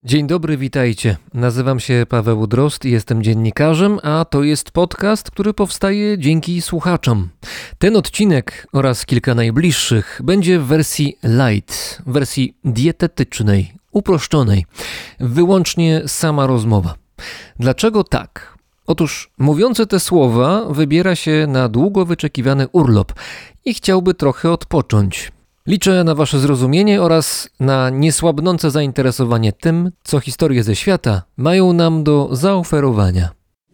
Dzień dobry, witajcie. Nazywam się Paweł Drozd i jestem dziennikarzem, a to jest podcast, który powstaje dzięki słuchaczom. Ten odcinek oraz kilka najbliższych będzie w wersji light, wersji dietetycznej, uproszczonej, wyłącznie sama rozmowa. Dlaczego tak? Otóż mówiący te słowa wybiera się na długo wyczekiwany urlop i chciałby trochę odpocząć. Liczę na Wasze zrozumienie oraz na niesłabnące zainteresowanie tym, co historie ze świata mają nam do zaoferowania.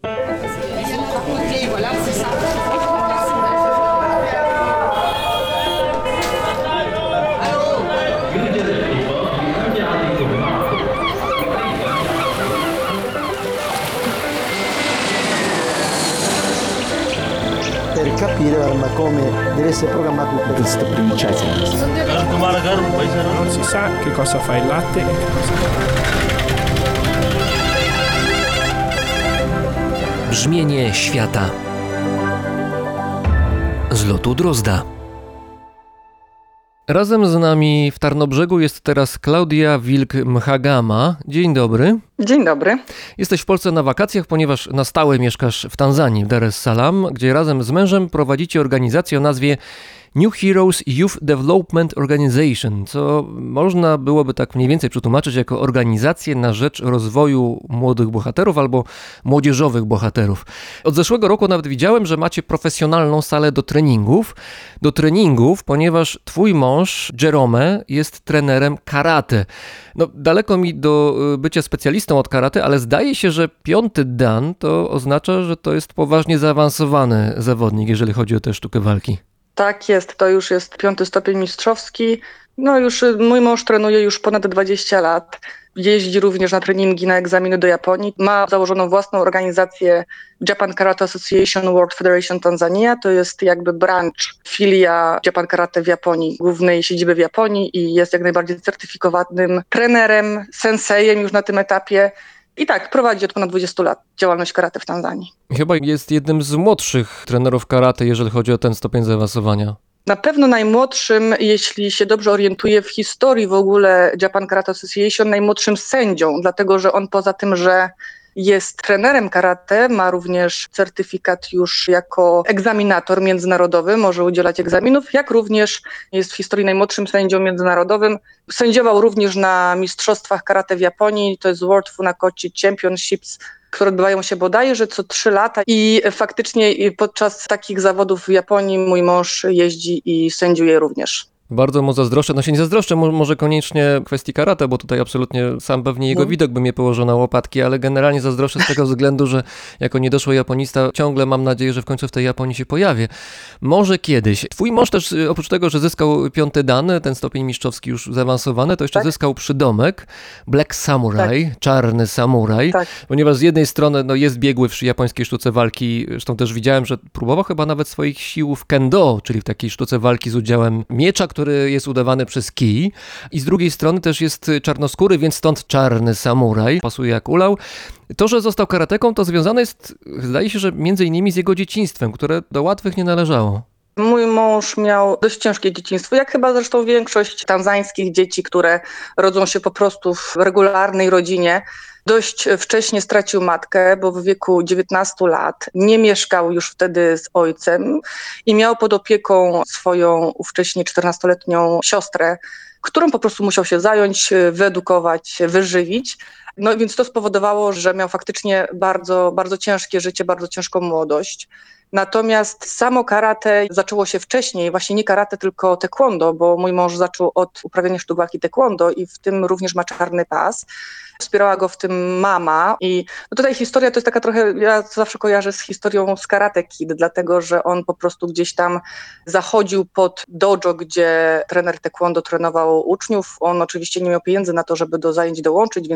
Per capire Arma come deve essere programmato per questa princesa. Non si sa che cosa fa il latte e che cosa Brzmienie świata z lotu Drozda. Razem z nami w Tarnobrzegu jest teraz Klaudia Wilk-Mhagama. Dzień dobry. Dzień dobry. Jesteś w Polsce na wakacjach, ponieważ na stałe mieszkasz w Tanzanii, w Dar es Salaam, gdzie razem z mężem prowadzicie organizację o nazwie New Heroes Youth Development Organization, co można byłoby tak mniej więcej przetłumaczyć jako organizację na rzecz rozwoju młodych bohaterów albo młodzieżowych bohaterów. Od zeszłego roku nawet widziałem, że macie profesjonalną salę do treningów, ponieważ twój mąż Jerome jest trenerem karate. No, daleko mi do bycia specjalistą od karate, ale zdaje się, że 5. dan to oznacza, że to jest poważnie zaawansowany zawodnik, jeżeli chodzi o tę sztukę walki. Tak jest, to już jest 5. stopień mistrzowski. No już mój mąż trenuje już ponad 20 lat. Jeździ również na treningi, na egzaminy do Japonii. Ma założoną własną organizację Japan Karate Association World Federation Tanzania. To jest jakby branch, filia Japan Karate w Japonii, głównej siedziby w Japonii i jest jak najbardziej certyfikowanym trenerem, sensejem już na tym etapie. I tak, prowadzi od ponad 20 lat działalność karate w Tanzanii. Chyba jest jednym z młodszych trenerów karate, jeżeli chodzi o ten stopień zaawansowania. Na pewno najmłodszym, jeśli się dobrze orientuję w historii w ogóle Japan Karate Association, najmłodszym sędzią, dlatego że on poza tym, że jest trenerem karate, ma również certyfikat już jako egzaminator międzynarodowy, może udzielać egzaminów, jak również jest w historii najmłodszym sędzią międzynarodowym. Sędziował również na mistrzostwach karate w Japonii, to jest World Funakoshi Championships, które odbywają się bodajże co 3 lata i faktycznie podczas takich zawodów w Japonii mój mąż jeździ i sędziuje również. Bardzo mu zazdroszczę, no się nie zazdroszczę, może koniecznie kwestii karate, bo tutaj absolutnie sam pewnie jego widok by mnie położył na łopatki, ale generalnie zazdroszczę z tego względu, że jako niedoszły japonista ciągle mam nadzieję, że w końcu w tej Japonii się pojawię. Może kiedyś. Twój mąż też oprócz tego, że zyskał 5. dan, ten stopień mistrzowski już zaawansowany, to jeszcze zyskał przydomek Black Samurai, czarny samuraj, ponieważ z jednej strony jest biegły w japońskiej sztuce walki, zresztą też widziałem, że próbował chyba nawet swoich sił w kendo, czyli w takiej sztuce walki z udziałem miecza, który jest udawany przez kij, i z drugiej strony też jest czarnoskóry, więc stąd czarny samuraj, pasuje jak ulał. To, że został karateką, to związane jest, zdaje się, że między innymi z jego dzieciństwem, które do łatwych nie należało. Mój mąż miał dość ciężkie dzieciństwo, jak chyba zresztą większość tanzańskich dzieci, które rodzą się po prostu w regularnej rodzinie. Dość wcześnie stracił matkę, bo w wieku 19 lat nie mieszkał już wtedy z ojcem i miał pod opieką swoją ówcześnie 14-letnią siostrę, którą po prostu musiał się zająć, wyedukować, wyżywić. No więc to spowodowało, że miał faktycznie bardzo, bardzo ciężkie życie, bardzo ciężką młodość. Natomiast samo karate zaczęło się wcześniej, właśnie nie karate, tylko taekwondo, bo mój mąż zaczął od uprawiania sztuk walki taekwondo i w tym również ma czarny pas. Wspierała go w tym mama i tutaj historia to jest taka trochę, ja zawsze kojarzę z historią z Karate Kid, dlatego że on po prostu gdzieś tam zachodził pod dojo, gdzie trener taekwondo trenował uczniów. On oczywiście nie miał pieniędzy na to, żeby do zajęć dołączyć, więc codziennie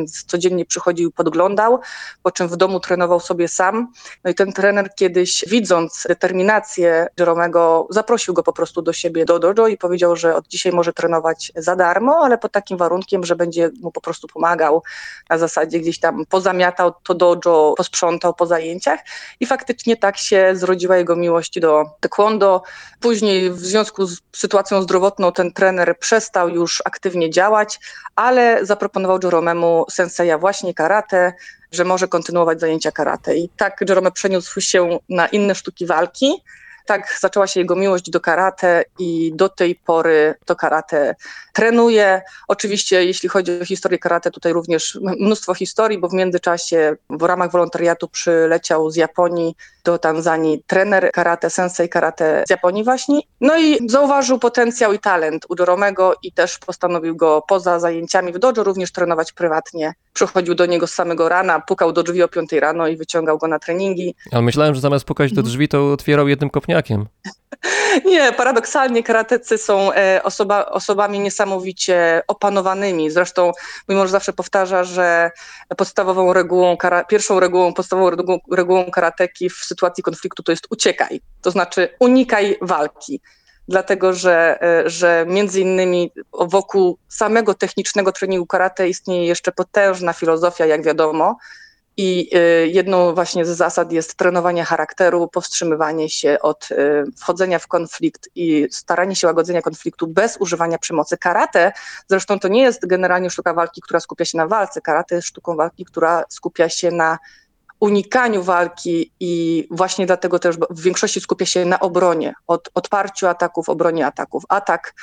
codziennie przychodził, podglądał, po czym w domu trenował sobie sam. No i ten trener kiedyś, widząc determinację Jeromego, zaprosił go po prostu do siebie do dojo i powiedział, że od dzisiaj może trenować za darmo, ale pod takim warunkiem, że będzie mu po prostu pomagał, na zasadzie gdzieś tam pozamiatał to dojo, posprzątał po zajęciach i faktycznie tak się zrodziła jego miłość do taekwondo. Później w związku z sytuacją zdrowotną ten trener przestał już aktywnie działać, ale zaproponował Jeromemu senseja właśnie karate, że może kontynuować zajęcia karate. I tak Jerome przeniósł się na inne sztuki walki. Tak zaczęła się jego miłość do karate i do tej pory to karate trenuje. Oczywiście jeśli chodzi o historię karate, tutaj również mnóstwo historii, bo w międzyczasie w ramach wolontariatu przyleciał z Japonii do Tanzanii trener karate, sensei karate z Japonii właśnie. No i zauważył potencjał i talent u Jeromego i też postanowił go poza zajęciami w dojo również trenować prywatnie. Przychodził do niego z samego rana, pukał do drzwi o 5 rano i wyciągał go na treningi. Ale myślałem, że zamiast pukać do drzwi, to otwierał jednym kopniakiem. Nie, paradoksalnie karatecy są osobami niesamowicie opanowanymi. Zresztą mój mąż zawsze powtarza, że podstawową regułą karateki w sytuacji konfliktu to jest uciekaj. To znaczy unikaj walki. Dlatego, że między innymi wokół samego technicznego treningu karate istnieje jeszcze potężna filozofia, jak wiadomo. I jedną właśnie z zasad jest trenowanie charakteru, powstrzymywanie się od wchodzenia w konflikt i staranie się łagodzenia konfliktu bez używania przemocy. Karate zresztą to nie jest generalnie sztuka walki, która skupia się na walce. Karate jest sztuką walki, która skupia się na unikaniu walki i właśnie dlatego też w większości skupia się na obronie, odparciu ataków, obronie ataków. Atak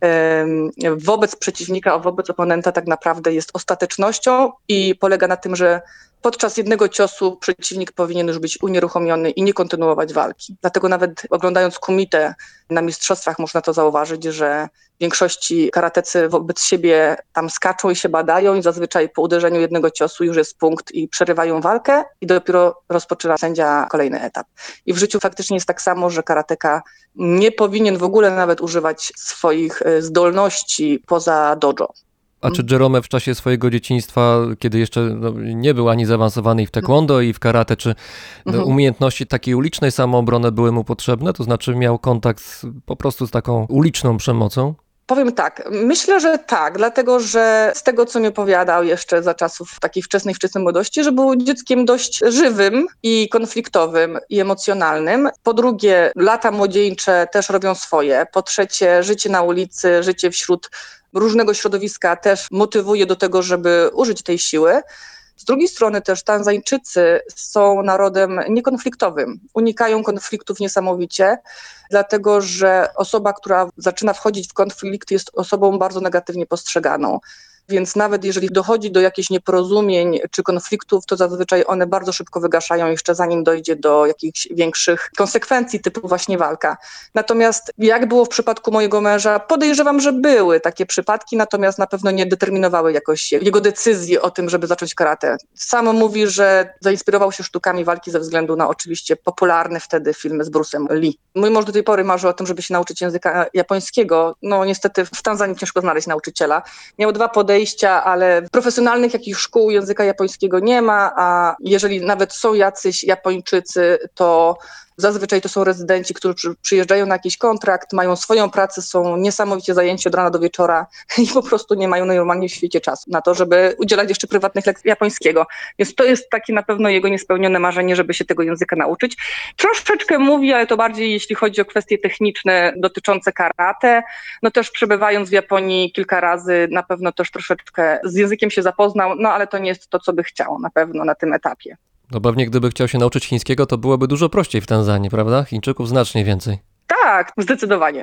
wobec przeciwnika, wobec oponenta tak naprawdę jest ostatecznością i polega na tym, że podczas jednego ciosu przeciwnik powinien już być unieruchomiony i nie kontynuować walki. Dlatego nawet oglądając kumite na mistrzostwach można to zauważyć, że w większości karatecy wobec siebie tam skaczą i się badają i zazwyczaj po uderzeniu jednego ciosu już jest punkt i przerywają walkę i dopiero rozpoczyna sędzia kolejny etap. I w życiu faktycznie jest tak samo, że karateka nie powinien w ogóle nawet używać swoich zdolności poza dojo. A czy Jerome w czasie swojego dzieciństwa, kiedy jeszcze nie był ani zaawansowany i w taekwondo i w karate, czy umiejętności takiej ulicznej samoobrony były mu potrzebne? To znaczy miał kontakt po prostu z taką uliczną przemocą? Powiem tak, myślę, że tak, dlatego że z tego, co mi opowiadał jeszcze za czasów takiej wczesnej młodości, że był dzieckiem dość żywym i konfliktowym i emocjonalnym. Po drugie, lata młodzieńcze też robią swoje. Po trzecie, życie na ulicy, życie wśród różnego środowiska też motywuje do tego, żeby użyć tej siły. Z drugiej strony też Tanzańczycy są narodem niekonfliktowym. Unikają konfliktów niesamowicie, dlatego że osoba, która zaczyna wchodzić w konflikt, jest osobą bardzo negatywnie postrzeganą. Więc nawet jeżeli dochodzi do jakichś nieporozumień czy konfliktów, to zazwyczaj one bardzo szybko wygaszają jeszcze zanim dojdzie do jakichś większych konsekwencji typu właśnie walka. Natomiast jak było w przypadku mojego męża, podejrzewam, że były takie przypadki, natomiast na pewno nie determinowały jakoś jego decyzji o tym, żeby zacząć karate. Sam mówi, że zainspirował się sztukami walki ze względu na oczywiście popularne wtedy filmy z Bruce'em Lee. Mój mąż do tej pory marzy o tym, żeby się nauczyć języka japońskiego. No niestety w Tanzanii ciężko znaleźć nauczyciela. Miał 2 podejścia, ale profesjonalnych jakichś szkół języka japońskiego nie ma, a jeżeli nawet są jacyś Japończycy, to zazwyczaj to są rezydenci, którzy przyjeżdżają na jakiś kontrakt, mają swoją pracę, są niesamowicie zajęci od rana do wieczora i po prostu nie mają normalnie w świecie czasu na to, żeby udzielać jeszcze prywatnych lekcji japońskiego. Więc to jest takie na pewno jego niespełnione marzenie, żeby się tego języka nauczyć. Troszeczkę mówi, ale to bardziej jeśli chodzi o kwestie techniczne dotyczące karate. No też przebywając w Japonii kilka razy, na pewno też troszeczkę z językiem się zapoznał, no ale to nie jest to, co by chciał na pewno na tym etapie. No pewnie gdyby chciał się nauczyć chińskiego, to byłoby dużo prościej w Tanzanii, prawda? Chińczyków znacznie więcej. Tak, zdecydowanie.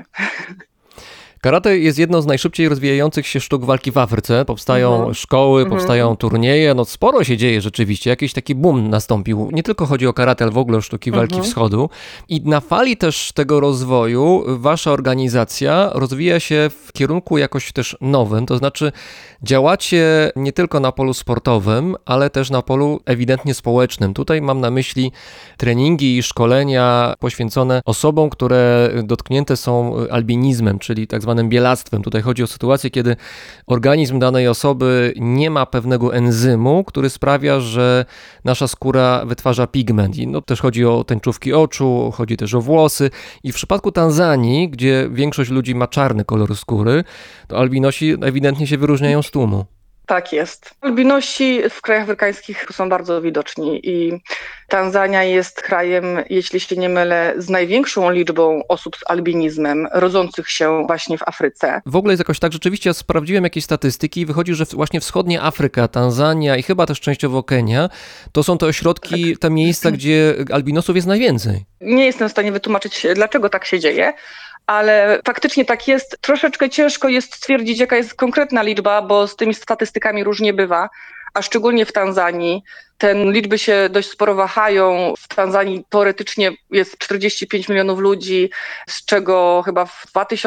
Karate jest jedną z najszybciej rozwijających się sztuk walki w Afryce. Powstają szkoły, powstają turnieje, no sporo się dzieje rzeczywiście. Jakiś taki boom nastąpił. Nie tylko chodzi o karate, ale w ogóle o sztuki walki wschodu. I na fali też tego rozwoju wasza organizacja rozwija się w kierunku jakoś też nowym, to znaczy działacie nie tylko na polu sportowym, ale też na polu ewidentnie społecznym. Tutaj mam na myśli treningi i szkolenia poświęcone osobom, które dotknięte są albinizmem, czyli tak zwanym bielactwem. Tutaj chodzi o sytuację, kiedy organizm danej osoby nie ma pewnego enzymu, który sprawia, że nasza skóra wytwarza pigment. I też chodzi o tęczówki oczu, chodzi też o włosy. I w przypadku Tanzanii, gdzie większość ludzi ma czarny kolor skóry, to albinosi ewidentnie się wyróżniają z tłumu. Tak jest. Albinosi w krajach afrykańskich są bardzo widoczni i Tanzania jest krajem, jeśli się nie mylę, z największą liczbą osób z albinizmem rodzących się właśnie w Afryce. W ogóle jest jakoś tak, rzeczywiście ja sprawdziłem jakieś statystyki i wychodzi, że właśnie wschodnia Afryka, Tanzania i chyba też częściowo Kenia, to są te ośrodki, te miejsca, gdzie albinosów jest najwięcej. Nie jestem w stanie wytłumaczyć, dlaczego tak się dzieje, ale faktycznie tak jest. Troszeczkę ciężko jest stwierdzić, jaka jest konkretna liczba, bo z tymi statystykami różnie bywa, a szczególnie w Tanzanii. Te liczby się dość sporo wahają. W Tanzanii teoretycznie jest 45 milionów ludzi, z czego chyba w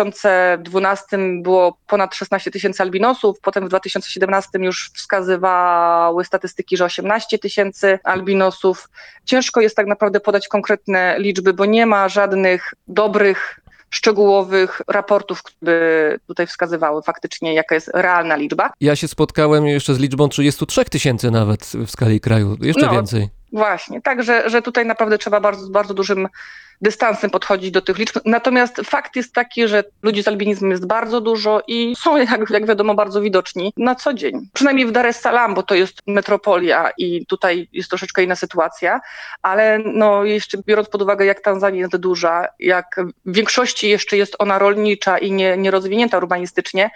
2012 było ponad 16 tysięcy albinosów, potem w 2017 już wskazywały statystyki, że 18 tysięcy albinosów. Ciężko jest tak naprawdę podać konkretne liczby, bo nie ma żadnych dobrych, szczegółowych raportów, które tutaj wskazywały faktycznie, jaka jest realna liczba. Ja się spotkałem jeszcze z liczbą 33 tysięcy nawet w skali kraju, jeszcze więcej. Właśnie, także że tutaj naprawdę trzeba bardzo, bardzo dużym dystansem podchodzić do tych liczb. Natomiast fakt jest taki, że ludzi z albinizmem jest bardzo dużo i są, jak wiadomo, bardzo widoczni na co dzień. Przynajmniej w Dar es Salaam, bo to jest metropolia i tutaj jest troszeczkę inna sytuacja, ale jeszcze biorąc pod uwagę, jak Tanzania jest duża, jak w większości jeszcze jest ona rolnicza i nierozwinięta urbanistycznie,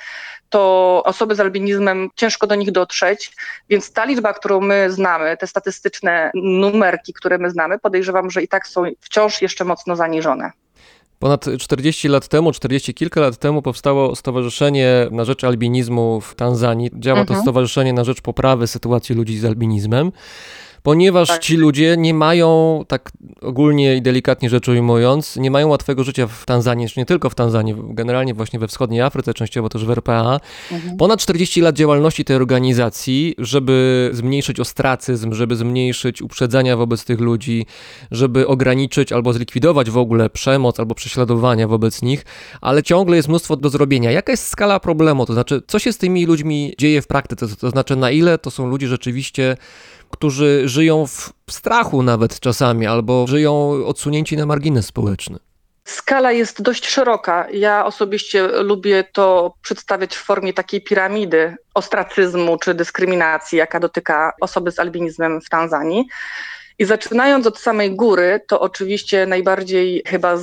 to osoby z albinizmem ciężko do nich dotrzeć, więc ta liczba, którą my znamy, te statystyczne numerki, które my znamy, podejrzewam, że i tak są wciąż jeszcze mocno zaniżone. Ponad 40 lat temu, 40 kilka lat temu powstało Stowarzyszenie na rzecz albinizmu w Tanzanii. Działa to Stowarzyszenie na rzecz poprawy sytuacji ludzi z albinizmem. Ponieważ ci ludzie nie mają, tak ogólnie i delikatnie rzecz ujmując, nie mają łatwego życia w Tanzanii, czy nie tylko w Tanzanii, generalnie właśnie we wschodniej Afryce, częściowo też w RPA. Ponad 40 lat działalności tej organizacji, żeby zmniejszyć ostracyzm, żeby zmniejszyć uprzedzenia wobec tych ludzi, żeby ograniczyć albo zlikwidować w ogóle przemoc albo prześladowania wobec nich, ale ciągle jest mnóstwo do zrobienia. Jaka jest skala problemu? To znaczy, co się z tymi ludźmi dzieje w praktyce? To znaczy, na ile to są ludzie rzeczywiście, którzy żyją w strachu nawet czasami, albo żyją odsunięci na margines społeczny? Skala jest dość szeroka. Ja osobiście lubię to przedstawiać w formie takiej piramidy ostracyzmu czy dyskryminacji, jaka dotyka osoby z albinizmem w Tanzanii. I zaczynając od samej góry, to oczywiście najbardziej chyba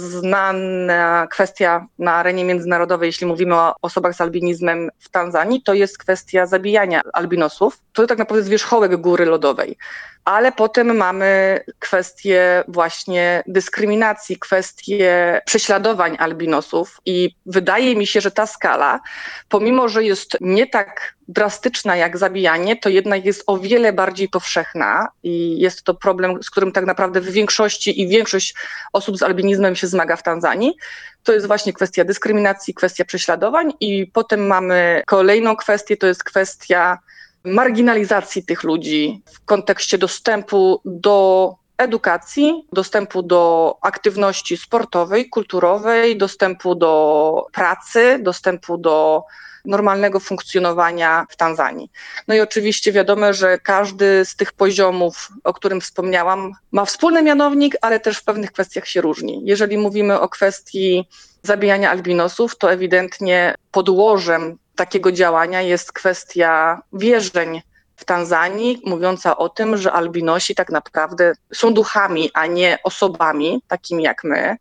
znana kwestia na arenie międzynarodowej, jeśli mówimy o osobach z albinizmem w Tanzanii, to jest kwestia zabijania albinosów. To tak naprawdę jest wierzchołek góry lodowej. Ale potem mamy kwestię właśnie dyskryminacji, kwestię prześladowań albinosów i wydaje mi się, że ta skala, pomimo że jest nie tak drastyczna jak zabijanie, to jednak jest o wiele bardziej powszechna i jest to problem, z którym tak naprawdę w większości i większość osób z albinizmem się zmaga w Tanzanii. To jest właśnie kwestia dyskryminacji, kwestia prześladowań i potem mamy kolejną kwestię, to jest kwestia marginalizacji tych ludzi w kontekście dostępu do edukacji, dostępu do aktywności sportowej, kulturowej, dostępu do pracy, dostępu do normalnego funkcjonowania w Tanzanii. No i oczywiście wiadomo, że każdy z tych poziomów, o którym wspomniałam, ma wspólny mianownik, ale też w pewnych kwestiach się różni. Jeżeli mówimy o kwestii zabijania albinosów, to ewidentnie podłożem takiego działania jest kwestia wierzeń w Tanzanii, mówiąca o tym, że albinosi tak naprawdę są duchami, a nie osobami takimi jak my.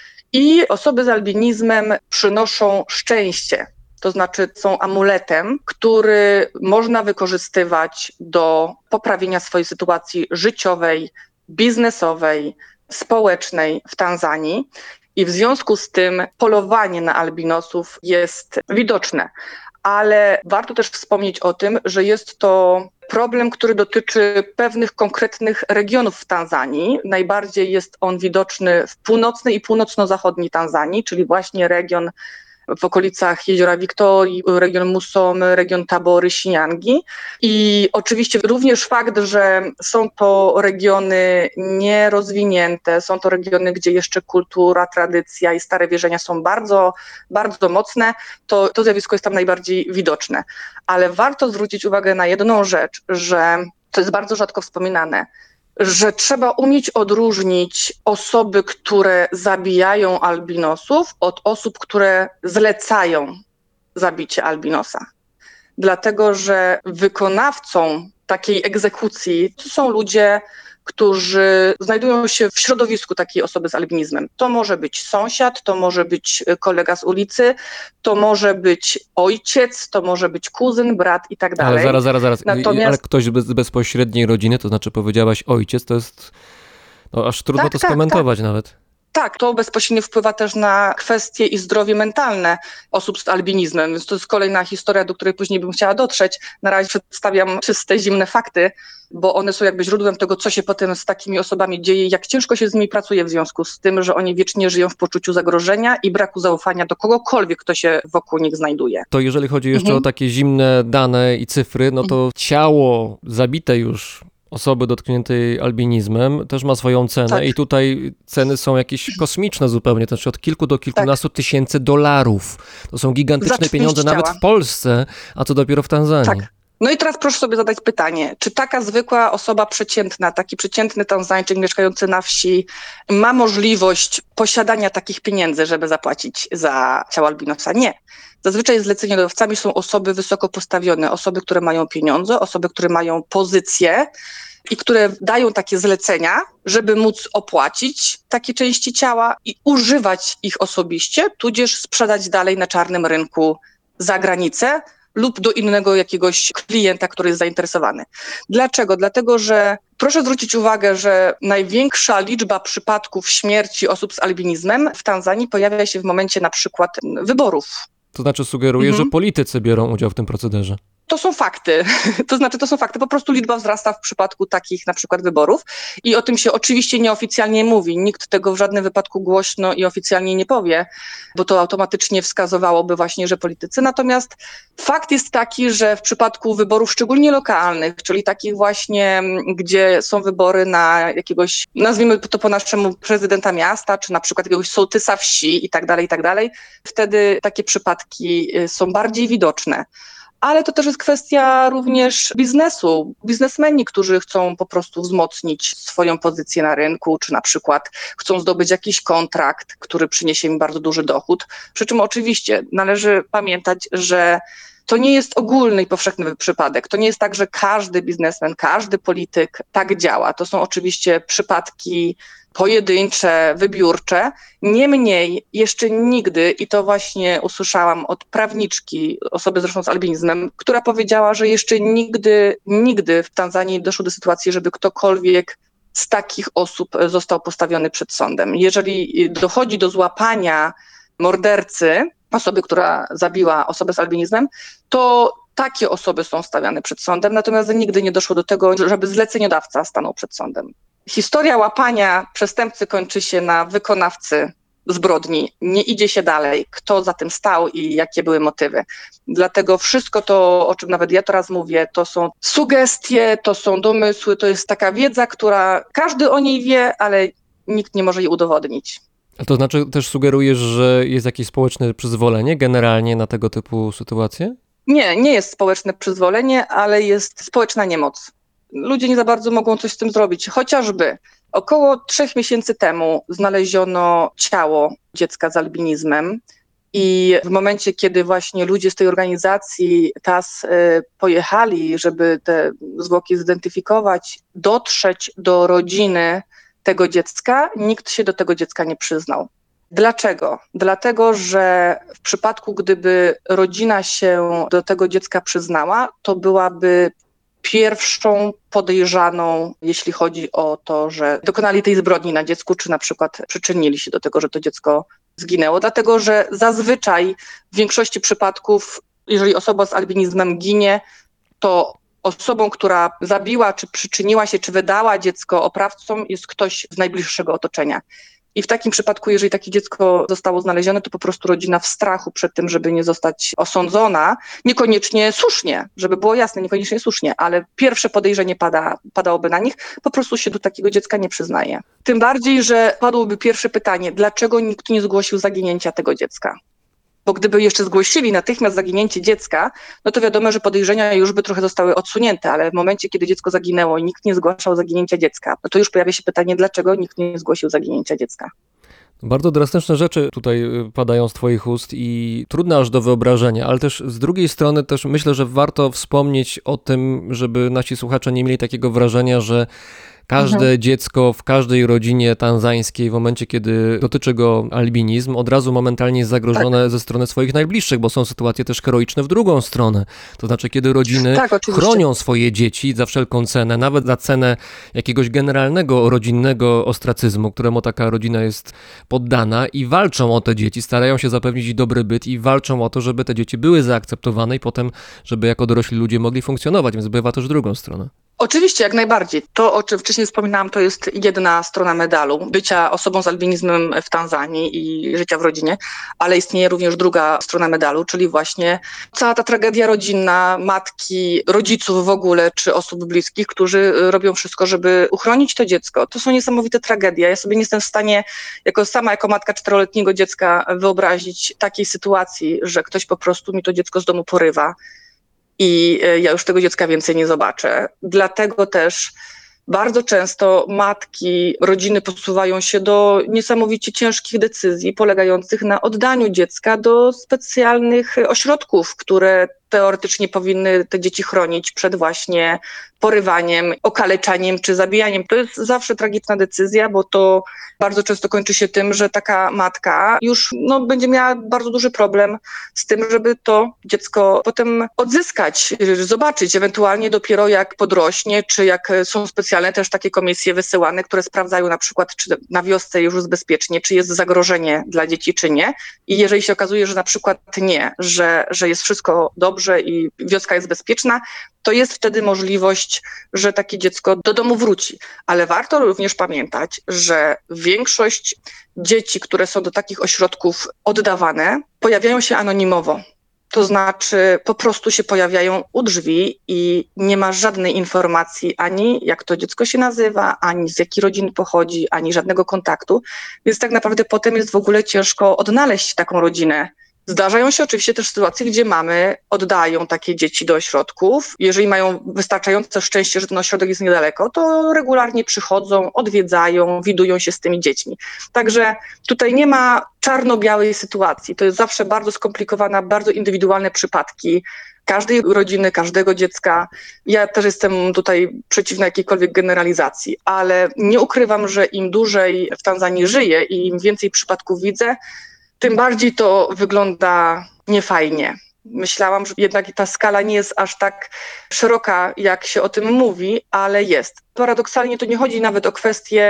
I osoby z albinizmem przynoszą szczęście. To znaczy są amuletem, który można wykorzystywać do poprawienia swojej sytuacji życiowej, biznesowej, społecznej w Tanzanii. I w związku z tym polowanie na albinosów jest widoczne. Ale warto też wspomnieć o tym, że jest to problem, który dotyczy pewnych konkretnych regionów w Tanzanii. Najbardziej jest on widoczny w północnej i północno-zachodniej Tanzanii, czyli właśnie region w okolicach Jeziora Wiktorii, region Musomy, region Tabory, Siniangi. I oczywiście również fakt, że są to regiony nierozwinięte, są to regiony, gdzie jeszcze kultura, tradycja i stare wierzenia są bardzo, bardzo mocne, to zjawisko jest tam najbardziej widoczne. Ale warto zwrócić uwagę na jedną rzecz, że to jest bardzo rzadko wspominane, że trzeba umieć odróżnić osoby, które zabijają albinosów, od osób, które zlecają zabicie albinosa. Dlatego, że wykonawcą takiej egzekucji to są ludzie, którzy znajdują się w środowisku takiej osoby z albinizmem. To może być sąsiad, to może być kolega z ulicy, to może być ojciec, to może być kuzyn, brat i tak dalej. Ale zaraz. Natomiast... Ale ktoś z bezpośredniej rodziny, to znaczy powiedziałaś ojciec, to jest aż trudno to skomentować nawet. Tak, to bezpośrednio wpływa też na kwestie i zdrowie mentalne osób z albinizmem, więc to jest kolejna historia, do której później bym chciała dotrzeć. Na razie przedstawiam czyste, zimne fakty, bo one są jakby źródłem tego, co się potem z takimi osobami dzieje, jak ciężko się z nimi pracuje w związku z tym, że oni wiecznie żyją w poczuciu zagrożenia i braku zaufania do kogokolwiek, kto się wokół nich znajduje. To jeżeli chodzi jeszcze o takie zimne dane i cyfry, no to ciało zabite już osoby dotkniętej albinizmem też ma swoją cenę, tak. I tutaj ceny są jakieś kosmiczne zupełnie, to znaczy od kilku do kilkunastu tysięcy dolarów. To są gigantyczne pieniądze nawet w Polsce, a co dopiero w Tanzanii. Tak. No i teraz proszę sobie zadać pytanie, czy taka zwykła osoba przeciętna, taki przeciętny Tanzańczyk mieszkający na wsi ma możliwość posiadania takich pieniędzy, żeby zapłacić za ciało albinosa? Nie. Zazwyczaj zleceniodawcami są osoby wysoko postawione, osoby, które mają pieniądze, osoby, które mają pozycję i które dają takie zlecenia, żeby móc opłacić takie części ciała i używać ich osobiście, tudzież sprzedać dalej na czarnym rynku za granicę lub do innego jakiegoś klienta, który jest zainteresowany. Dlaczego? Dlatego, że proszę zwrócić uwagę, że największa liczba przypadków śmierci osób z albinizmem w Tanzanii pojawia się w momencie na przykład wyborów. To znaczy sugeruje, że politycy biorą udział w tym procederze. To są fakty. To są fakty. Po prostu liczba wzrasta w przypadku takich na przykład wyborów i o tym się oczywiście nieoficjalnie mówi. Nikt tego w żadnym wypadku głośno i oficjalnie nie powie, bo to automatycznie wskazywałoby właśnie, że politycy. Natomiast fakt jest taki, że w przypadku wyborów szczególnie lokalnych, czyli takich właśnie, gdzie są wybory na jakiegoś, nazwijmy to po naszemu, prezydenta miasta, czy na przykład jakiegoś sołtysa wsi i tak dalej, wtedy takie przypadki są bardziej widoczne. Ale to też jest kwestia również biznesu. Biznesmeni, którzy chcą po prostu wzmocnić swoją pozycję na rynku, czy na przykład chcą zdobyć jakiś kontrakt, który przyniesie im bardzo duży dochód. Przy czym oczywiście należy pamiętać, że to nie jest ogólny i powszechny przypadek. To nie jest tak, że każdy biznesmen, każdy polityk tak działa. To są oczywiście przypadki pojedyncze, wybiórcze. Niemniej jeszcze nigdy, i to właśnie usłyszałam od prawniczki, osoby zresztą z albinizmem, która powiedziała, że jeszcze nigdy w Tanzanii doszło do sytuacji, żeby ktokolwiek z takich osób został postawiony przed sądem. Jeżeli dochodzi do złapania mordercy, osoby, która zabiła osobę z albinizmem, to takie osoby są stawiane przed sądem, natomiast nigdy nie doszło do tego, żeby zleceniodawca stanął przed sądem. Historia łapania przestępcy kończy się na wykonawcy zbrodni. Nie idzie się dalej, kto za tym stał i jakie były motywy. Dlatego wszystko to, o czym nawet ja teraz mówię, to są sugestie, to są domysły, to jest taka wiedza, która każdy o niej wie, ale nikt nie może jej udowodnić. A to znaczy też sugerujesz, że jest jakieś społeczne przyzwolenie generalnie na tego typu sytuacje? Nie jest społeczne przyzwolenie, ale jest społeczna niemoc. Ludzie nie za bardzo mogą coś z tym zrobić. Chociażby około 3 miesięcy temu znaleziono ciało dziecka z albinizmem i w momencie, kiedy właśnie ludzie z tej organizacji TAS pojechali, żeby te zwłoki zidentyfikować, dotrzeć do rodziny tego dziecka, nikt się do tego dziecka nie przyznał. Dlaczego? Dlatego, że w przypadku, gdyby rodzina się do tego dziecka przyznała, to byłaby pierwszą podejrzaną, jeśli chodzi o to, że dokonali tej zbrodni na dziecku, czy na przykład przyczynili się do tego, że to dziecko zginęło. Dlatego, że zazwyczaj w większości przypadków, jeżeli osoba z albinizmem ginie, to osobą, która zabiła, czy przyczyniła się, czy wydała dziecko oprawcom, jest ktoś z najbliższego otoczenia. I w takim przypadku, jeżeli takie dziecko zostało znalezione, to po prostu rodzina w strachu przed tym, żeby nie zostać osądzona, niekoniecznie słusznie, żeby było jasne, niekoniecznie słusznie, ale pierwsze podejrzenie padałoby na nich, po prostu się do takiego dziecka nie przyznaje. Tym bardziej, że padłoby pierwsze pytanie, dlaczego nikt nie zgłosił zaginięcia tego dziecka? Bo gdyby jeszcze zgłosili natychmiast zaginięcie dziecka, no to wiadomo, że podejrzenia już by trochę zostały odsunięte, ale w momencie, kiedy dziecko zaginęło i nikt nie zgłaszał zaginięcia dziecka, no to już pojawia się pytanie, dlaczego nikt nie zgłosił zaginięcia dziecka. Bardzo drastyczne rzeczy tutaj padają z twoich ust i trudne aż do wyobrażenia, ale też z drugiej strony też myślę, że warto wspomnieć o tym, żeby nasi słuchacze nie mieli takiego wrażenia, że każde dziecko w każdej rodzinie tanzańskiej w momencie, kiedy dotyczy go albinizm, od razu momentalnie jest zagrożone ze strony swoich najbliższych, bo są sytuacje też heroiczne w drugą stronę. To znaczy, kiedy rodziny chronią swoje dzieci za wszelką cenę, nawet za cenę jakiegoś generalnego, rodzinnego ostracyzmu, któremu taka rodzina jest poddana i walczą o te dzieci, starają się zapewnić ich dobry byt i walczą o to, żeby te dzieci były zaakceptowane i potem, żeby jako dorośli ludzie mogli funkcjonować, więc bywa też w drugą stronę. Oczywiście, jak najbardziej. To, o czym wcześniej wspominałam, to jest jedna strona medalu bycia osobą z albinizmem w Tanzanii i życia w rodzinie, ale istnieje również druga strona medalu, czyli właśnie cała ta tragedia rodzinna, matki, rodziców w ogóle, czy osób bliskich, którzy robią wszystko, żeby uchronić to dziecko. To są niesamowite tragedie. Ja sobie nie jestem w stanie, jako matka 4-letniego dziecka, wyobrazić takiej sytuacji, że ktoś po prostu mi to dziecko z domu porywa. I ja już tego dziecka więcej nie zobaczę. Dlatego też bardzo często matki, rodziny posuwają się do niesamowicie ciężkich decyzji polegających na oddaniu dziecka do specjalnych ośrodków, które teoretycznie powinny te dzieci chronić przed właśnie porywaniem, okaleczaniem czy zabijaniem. To jest zawsze tragiczna decyzja, bo to bardzo często kończy się tym, że taka matka już będzie miała bardzo duży problem z tym, żeby to dziecko potem odzyskać, zobaczyć, ewentualnie dopiero jak podrośnie, czy jak są specjalne też takie komisje wysyłane, które sprawdzają na przykład, czy na wiosce już jest bezpiecznie, czy jest zagrożenie dla dzieci, czy nie. I jeżeli się okazuje, że na przykład nie, że jest wszystko dobrze i wioska jest bezpieczna, to jest wtedy możliwość, że takie dziecko do domu wróci. Ale warto również pamiętać, że większość dzieci, które są do takich ośrodków oddawane, pojawiają się anonimowo. To znaczy po prostu się pojawiają u drzwi i nie ma żadnej informacji ani jak to dziecko się nazywa, ani z jakiej rodziny pochodzi, ani żadnego kontaktu. Więc tak naprawdę potem jest w ogóle ciężko odnaleźć taką rodzinę. Zdarzają się oczywiście też sytuacje, gdzie mamy oddają takie dzieci do ośrodków. Jeżeli mają wystarczające szczęście, że ten ośrodek jest niedaleko, to regularnie przychodzą, odwiedzają, widują się z tymi dziećmi. Także tutaj nie ma czarno-białej sytuacji. To jest zawsze bardzo skomplikowana, bardzo indywidualne przypadki każdej rodziny, każdego dziecka. Ja też jestem tutaj przeciwna jakiejkolwiek generalizacji, ale nie ukrywam, że im dłużej w Tanzanii żyję i im więcej przypadków widzę, tym bardziej to wygląda niefajnie. Myślałam, że jednak ta skala nie jest aż tak szeroka, jak się o tym mówi, ale jest. Paradoksalnie to nie chodzi nawet o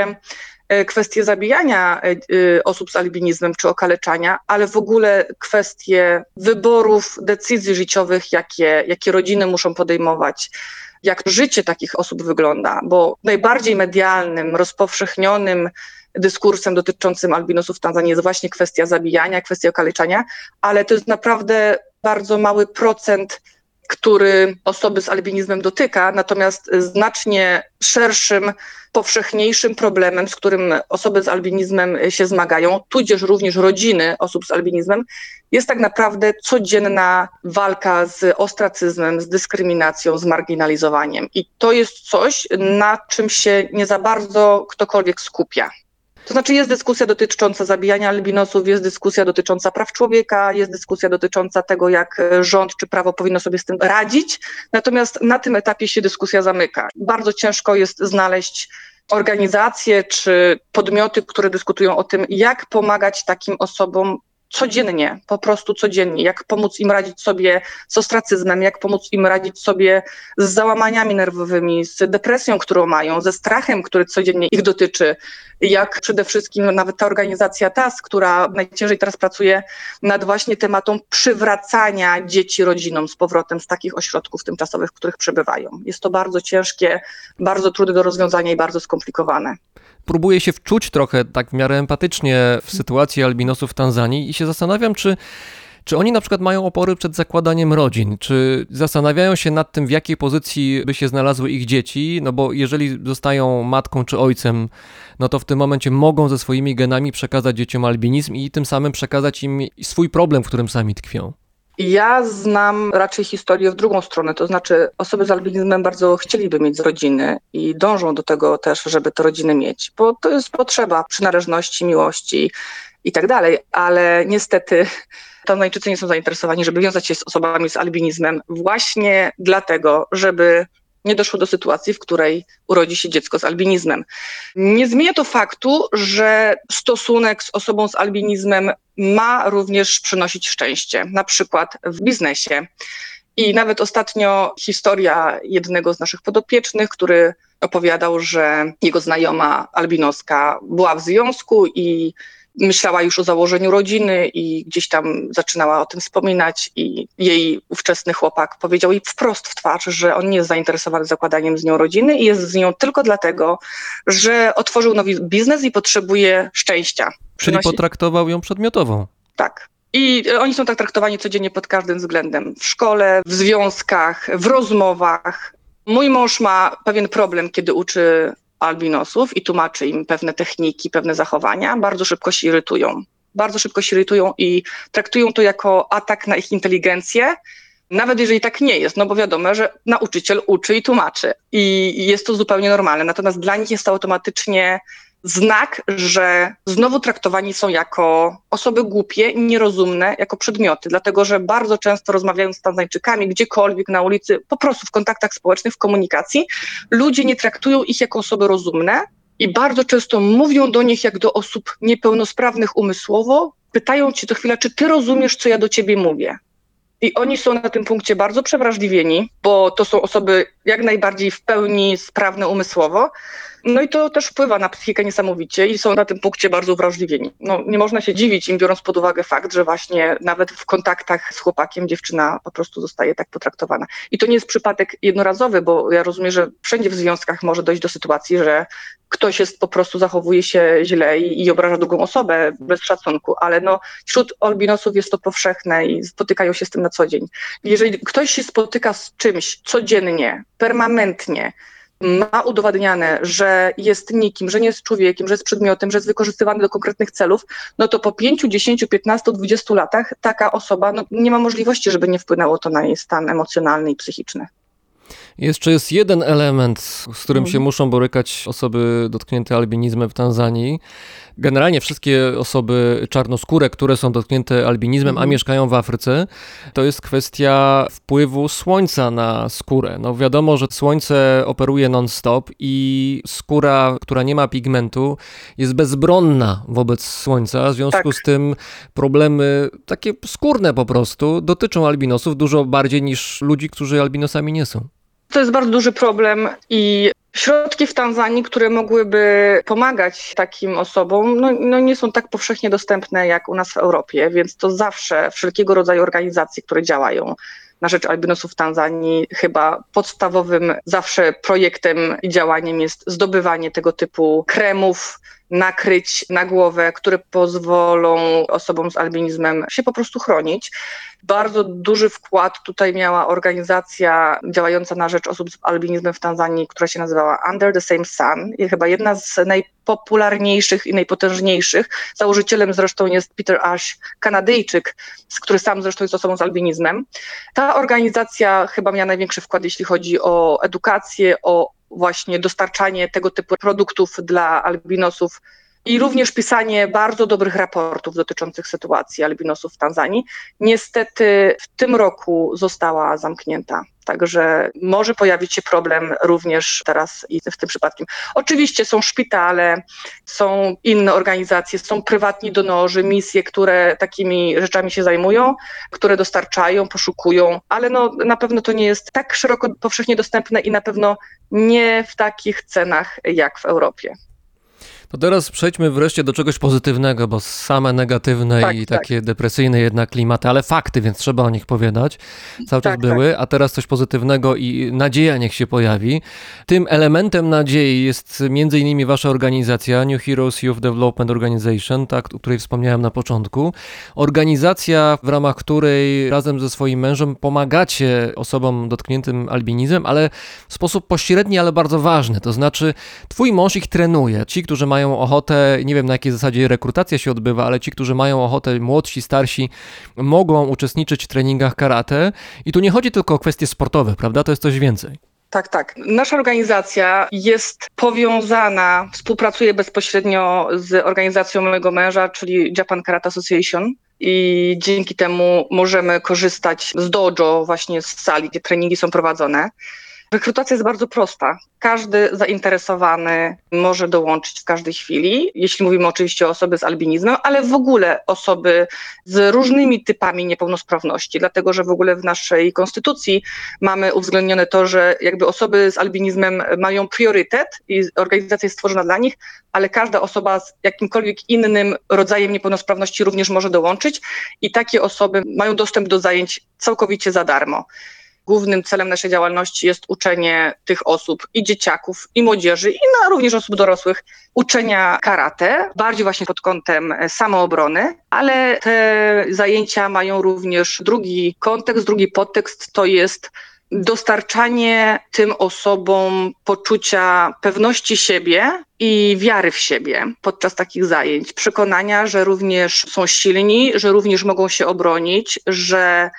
kwestie zabijania osób z albinizmem czy okaleczania, ale w ogóle kwestie wyborów, decyzji życiowych, jakie rodziny muszą podejmować, jak życie takich osób wygląda, bo najbardziej medialnym, rozpowszechnionym dyskursem dotyczącym albinosów w Tanzanii jest właśnie kwestia zabijania, kwestia okaleczania, ale to jest naprawdę bardzo mały procent, który osoby z albinizmem dotyka, natomiast znacznie szerszym, powszechniejszym problemem, z którym osoby z albinizmem się zmagają, tudzież również rodziny osób z albinizmem, jest tak naprawdę codzienna walka z ostracyzmem, z dyskryminacją, z marginalizowaniem. I to jest coś, na czym się nie za bardzo ktokolwiek skupia. To znaczy jest dyskusja dotycząca zabijania albinosów, jest dyskusja dotycząca praw człowieka, jest dyskusja dotycząca tego, jak rząd czy prawo powinno sobie z tym radzić, natomiast na tym etapie się dyskusja zamyka. Bardzo ciężko jest znaleźć organizacje czy podmioty, które dyskutują o tym, jak pomagać takim osobom codziennie, po prostu codziennie, jak pomóc im radzić sobie z ostracyzmem, jak pomóc im radzić sobie z załamaniami nerwowymi, z depresją, którą mają, ze strachem, który codziennie ich dotyczy, jak przede wszystkim nawet ta organizacja TAS, która najciężej teraz pracuje nad właśnie tematem przywracania dzieci rodzinom z powrotem z takich ośrodków tymczasowych, w których przebywają. Jest to bardzo ciężkie, bardzo trudne do rozwiązania i bardzo skomplikowane. próbuję się wczuć trochę tak w miarę empatycznie w sytuację albinosów w Tanzanii i się zastanawiam, czy oni na przykład mają opory przed zakładaniem rodzin? Czy zastanawiają się nad tym, w jakiej pozycji by się znalazły ich dzieci? No bo jeżeli zostają matką czy ojcem, no to w tym momencie mogą ze swoimi genami przekazać dzieciom albinizm i tym samym przekazać im swój problem, w którym sami tkwią. Ja znam raczej historię w drugą stronę, to znaczy osoby z albinizmem bardzo chcieliby mieć rodziny i dążą do tego też, żeby te rodziny mieć, bo to jest potrzeba przynależności, miłości i tak dalej, ale niestety Tanzańczycy nie są zainteresowani, żeby wiązać się z osobami z albinizmem właśnie dlatego, żeby nie doszło do sytuacji, w której urodzi się dziecko z albinizmem. Nie zmienia to faktu, że stosunek z osobą z albinizmem ma również przynosić szczęście, na przykład w biznesie. I nawet ostatnio historia jednego z naszych podopiecznych, który opowiadał, że jego znajoma albinoska była w związku i myślała już o założeniu rodziny i gdzieś tam zaczynała o tym wspominać i jej ówczesny chłopak powiedział jej wprost w twarz, że on nie jest zainteresowany zakładaniem z nią rodziny i jest z nią tylko dlatego, że otworzył nowy biznes i potrzebuje szczęścia. Czyli potraktował ją przedmiotową. Tak. I oni są tak traktowani codziennie pod każdym względem. W szkole, w związkach, w rozmowach. Mój mąż ma pewien problem, kiedy uczy albinosów i tłumaczy im pewne techniki, pewne zachowania. Bardzo szybko się irytują. Bardzo szybko się irytują i traktują to jako atak na ich inteligencję. Nawet jeżeli tak nie jest, no bo wiadomo, że nauczyciel uczy i tłumaczy. I jest to zupełnie normalne. Natomiast dla nich jest to automatycznie znak, że znowu traktowani są jako osoby głupie, nierozumne, jako przedmioty, dlatego że bardzo często rozmawiając z Tanzańczykami, gdziekolwiek na ulicy, po prostu w kontaktach społecznych, w komunikacji, ludzie nie traktują ich jako osoby rozumne i bardzo często mówią do nich jak do osób niepełnosprawnych umysłowo, pytają cię co chwilę, czy ty rozumiesz, co ja do ciebie mówię. I oni są na tym punkcie bardzo przewrażliwieni, bo to są osoby jak najbardziej w pełni sprawne umysłowo. No i to też wpływa na psychikę niesamowicie i są na tym punkcie bardzo wrażliwieni. No, nie można się dziwić im, biorąc pod uwagę fakt, że właśnie nawet w kontaktach z chłopakiem dziewczyna po prostu zostaje tak potraktowana. I to nie jest przypadek jednorazowy, bo ja rozumiem, że wszędzie w związkach może dojść do sytuacji, że ktoś po prostu zachowuje się źle i obraża drugą osobę bez szacunku, ale no, wśród albinosów jest to powszechne i spotykają się z tym na co dzień. Jeżeli ktoś się spotyka z czymś codziennie, permanentnie, ma udowadniane, że jest nikim, że nie jest człowiekiem, że jest przedmiotem, że jest wykorzystywany do konkretnych celów, no to po 5, 10, 15, 20 latach taka osoba nie ma możliwości, żeby nie wpłynęło to na jej stan emocjonalny i psychiczny. Jeszcze jest jeden element, z którym się muszą borykać osoby dotknięte albinizmem w Tanzanii. Generalnie wszystkie osoby czarnoskóre, które są dotknięte albinizmem, a mieszkają w Afryce, to jest kwestia wpływu słońca na skórę. No wiadomo, że słońce operuje non-stop i skóra, która nie ma pigmentu, jest bezbronna wobec słońca. W związku z tym problemy takie skórne po prostu dotyczą albinosów dużo bardziej niż ludzi, którzy albinosami nie są. To jest bardzo duży problem i środki w Tanzanii, które mogłyby pomagać takim osobom, no nie są tak powszechnie dostępne jak u nas w Europie, więc to zawsze wszelkiego rodzaju organizacje, które działają na rzecz albinosów w Tanzanii, chyba podstawowym zawsze projektem i działaniem jest zdobywanie tego typu kremów, nakryć na głowę, które pozwolą osobom z albinizmem się po prostu chronić. Bardzo duży wkład tutaj miała organizacja działająca na rzecz osób z albinizmem w Tanzanii, która się nazywała Under the Same Sun i chyba jedna z najpopularniejszych i najpotężniejszych. Założycielem zresztą jest Peter Ash, Kanadyjczyk, który sam zresztą jest osobą z albinizmem. Ta organizacja chyba miała największy wkład, jeśli chodzi o edukację, o właśnie dostarczanie tego typu produktów dla albinosów i również pisanie bardzo dobrych raportów dotyczących sytuacji albinosów w Tanzanii. Niestety w tym roku została zamknięta, także może pojawić się problem również teraz i w tym przypadku. Oczywiście są szpitale, są inne organizacje, są prywatni donorzy, misje, które takimi rzeczami się zajmują, które dostarczają, poszukują, ale na pewno to nie jest tak szeroko powszechnie dostępne i na pewno nie w takich cenach jak w Europie. To teraz przejdźmy wreszcie do czegoś pozytywnego, bo same negatywne Tak, i tak. takie depresyjne jednak klimaty, ale fakty, więc trzeba o nich powiedzieć. Cały czas Tak, były, a teraz coś pozytywnego i nadzieja niech się pojawi. Tym elementem nadziei jest między innymi wasza organizacja New Heroes Youth Development Organization, tak, o której wspomniałem na początku. Organizacja, w ramach której razem ze swoim mężem pomagacie osobom dotkniętym albinizmem, ale w sposób pośredni, ale bardzo ważny. To znaczy, twój mąż ich trenuje. Ci, którzy mają ochotę, nie wiem na jakiej zasadzie rekrutacja się odbywa, ale ci, którzy mają ochotę, młodsi, starsi, mogą uczestniczyć w treningach karate. I tu nie chodzi tylko o kwestie sportowe, prawda? To jest coś więcej. Tak, tak. Nasza organizacja jest powiązana, współpracuje bezpośrednio z organizacją mojego męża, czyli Japan Karate Association. I dzięki temu możemy korzystać z dojo, właśnie z sali, gdzie treningi są prowadzone. Rekrutacja jest bardzo prosta. Każdy zainteresowany może dołączyć w każdej chwili, jeśli mówimy oczywiście o osoby z albinizmem, ale w ogóle osoby z różnymi typami niepełnosprawności, dlatego że w ogóle w naszej konstytucji mamy uwzględnione to, że jakby osoby z albinizmem mają priorytet i organizacja jest stworzona dla nich, ale każda osoba z jakimkolwiek innym rodzajem niepełnosprawności również może dołączyć i takie osoby mają dostęp do zajęć całkowicie za darmo. Głównym celem naszej działalności jest uczenie tych osób, i dzieciaków, i młodzieży, i również osób dorosłych, uczenia karate, bardziej właśnie pod kątem samoobrony, ale te zajęcia mają również drugi kontekst, drugi podtekst, to jest dostarczanie tym osobom poczucia pewności siebie i wiary w siebie podczas takich zajęć. Przekonania, że również są silni, że również mogą się obronić, że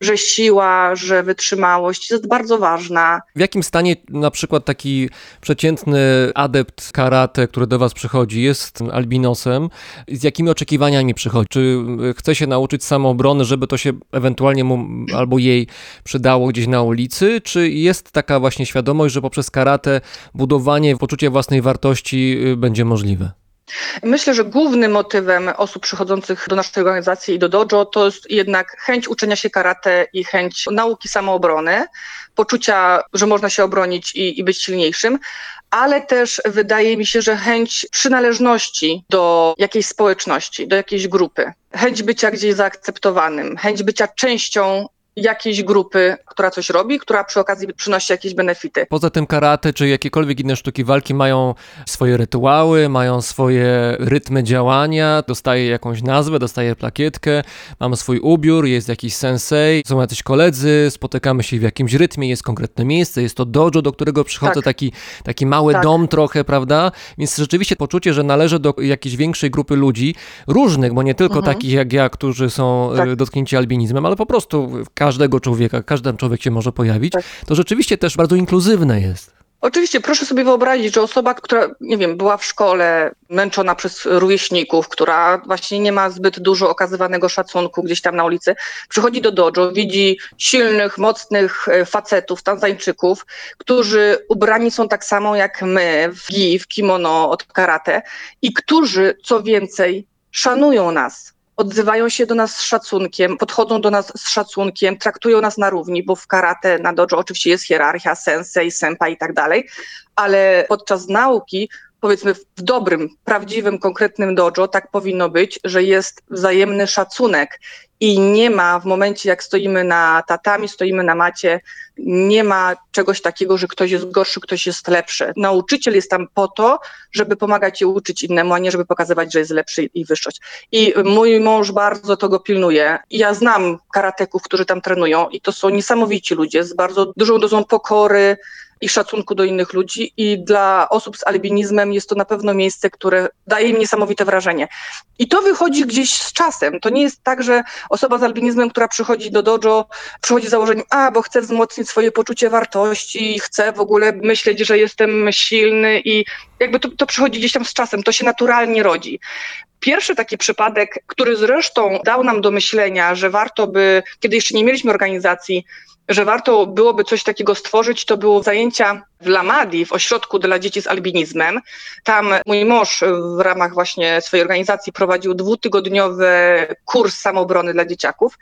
siła, że wytrzymałość jest bardzo ważna. W jakim stanie na przykład taki przeciętny adept karate, który do was przychodzi, jest albinosem? Z jakimi oczekiwaniami przychodzi? Czy chce się nauczyć samoobrony, żeby to się ewentualnie mu albo jej przydało gdzieś na ulicy? Czy jest taka właśnie świadomość, że poprzez karate budowanie poczucia własnej wartości będzie możliwe? Myślę, że głównym motywem osób przychodzących do naszej organizacji i do dojo to jest jednak chęć uczenia się karate i chęć nauki samoobrony, poczucia, że można się obronić i być silniejszym, ale też wydaje mi się, że chęć przynależności do jakiejś społeczności, do jakiejś grupy, chęć bycia gdzieś zaakceptowanym, chęć bycia częścią jakiejś grupy, która coś robi, która przy okazji przynosi jakieś benefity. Poza tym karate czy jakiekolwiek inne sztuki walki mają swoje rytuały, mają swoje rytmy działania, dostaje jakąś nazwę, dostaje plakietkę, mamy swój ubiór, jest jakiś sensei, są jacyś koledzy, spotykamy się w jakimś rytmie, jest konkretne miejsce, jest to dojo, do którego przychodzę, Tak. taki mały Tak. dom trochę, prawda? Więc rzeczywiście poczucie, że należę do jakiejś większej grupy ludzi, różnych, bo nie tylko takich jak ja, którzy są Tak. dotknięci albinizmem, ale po prostu każdego człowieka, każdy człowiek się może pojawić, Tak. to rzeczywiście też bardzo inkluzywne jest. Oczywiście, proszę sobie wyobrazić, że osoba, która, nie wiem, była w szkole męczona przez rówieśników, która właśnie nie ma zbyt dużo okazywanego szacunku gdzieś tam na ulicy, przychodzi do dojo, widzi silnych, mocnych facetów, tanzańczyków, którzy ubrani są tak samo jak my, w gi, w kimono od karate i którzy, co więcej, szanują nas. Odzywają się do nas z szacunkiem, podchodzą do nas z szacunkiem, traktują nas na równi, bo w karate na dojo oczywiście jest hierarchia, sensei, senpai i tak dalej, ale podczas nauki, powiedzmy w dobrym, prawdziwym, konkretnym dojo tak powinno być, że jest wzajemny szacunek i nie ma w momencie, jak stoimy na tatami, stoimy na macie, nie ma czegoś takiego, że ktoś jest gorszy, ktoś jest lepszy. Nauczyciel jest tam po to, żeby pomagać i uczyć innemu, a nie żeby pokazywać, że jest lepszy i wyższość. I mój mąż bardzo tego pilnuje. Ja znam karateków, którzy tam trenują i to są niesamowici ludzie z bardzo dużą dozą pokory i szacunku do innych ludzi i dla osób z albinizmem jest to na pewno miejsce, które daje im niesamowite wrażenie. I to wychodzi gdzieś z czasem. To nie jest tak, że osoba z albinizmem, która przychodzi do dojo, przychodzi z założeniem, bo chcę wzmocnić swoje poczucie wartości, chcę w ogóle myśleć, że jestem silny i jakby to przychodzi gdzieś tam z czasem, to się naturalnie rodzi. Pierwszy taki przypadek, który zresztą dał nam do myślenia, że warto by, kiedy jeszcze nie mieliśmy organizacji, że warto byłoby coś takiego stworzyć, to było zajęcia w Lamadi, w ośrodku dla dzieci z albinizmem. Tam mój mąż w ramach właśnie swojej organizacji prowadził 2-tygodniowy kurs samoobrony dla dzieciaków.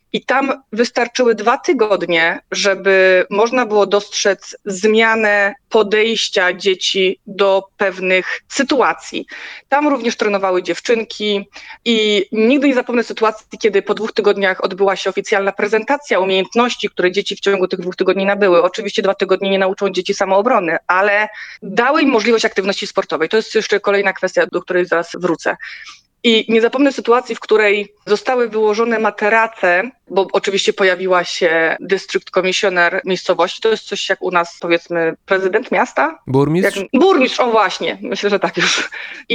I tam wystarczyły 2 tygodnie, żeby można było dostrzec zmianę podejścia dzieci do pewnych sytuacji. Tam również trenowały dziewczynki i nigdy nie zapomnę sytuacji, kiedy po 2 tygodniach odbyła się oficjalna prezentacja umiejętności, które dzieci w ciągu tych 2 tygodni nabyły. Oczywiście 2 tygodnie nie nauczą dzieci samoobrony, ale dały im możliwość aktywności sportowej. To jest jeszcze kolejna kwestia, do której zaraz wrócę. I nie zapomnę sytuacji, w której zostały wyłożone materace, bo oczywiście pojawiła się district commissioner miejscowości, to jest coś jak u nas, powiedzmy, prezydent miasta? Burmistrz? Burmistrz, o właśnie, myślę, że tak już.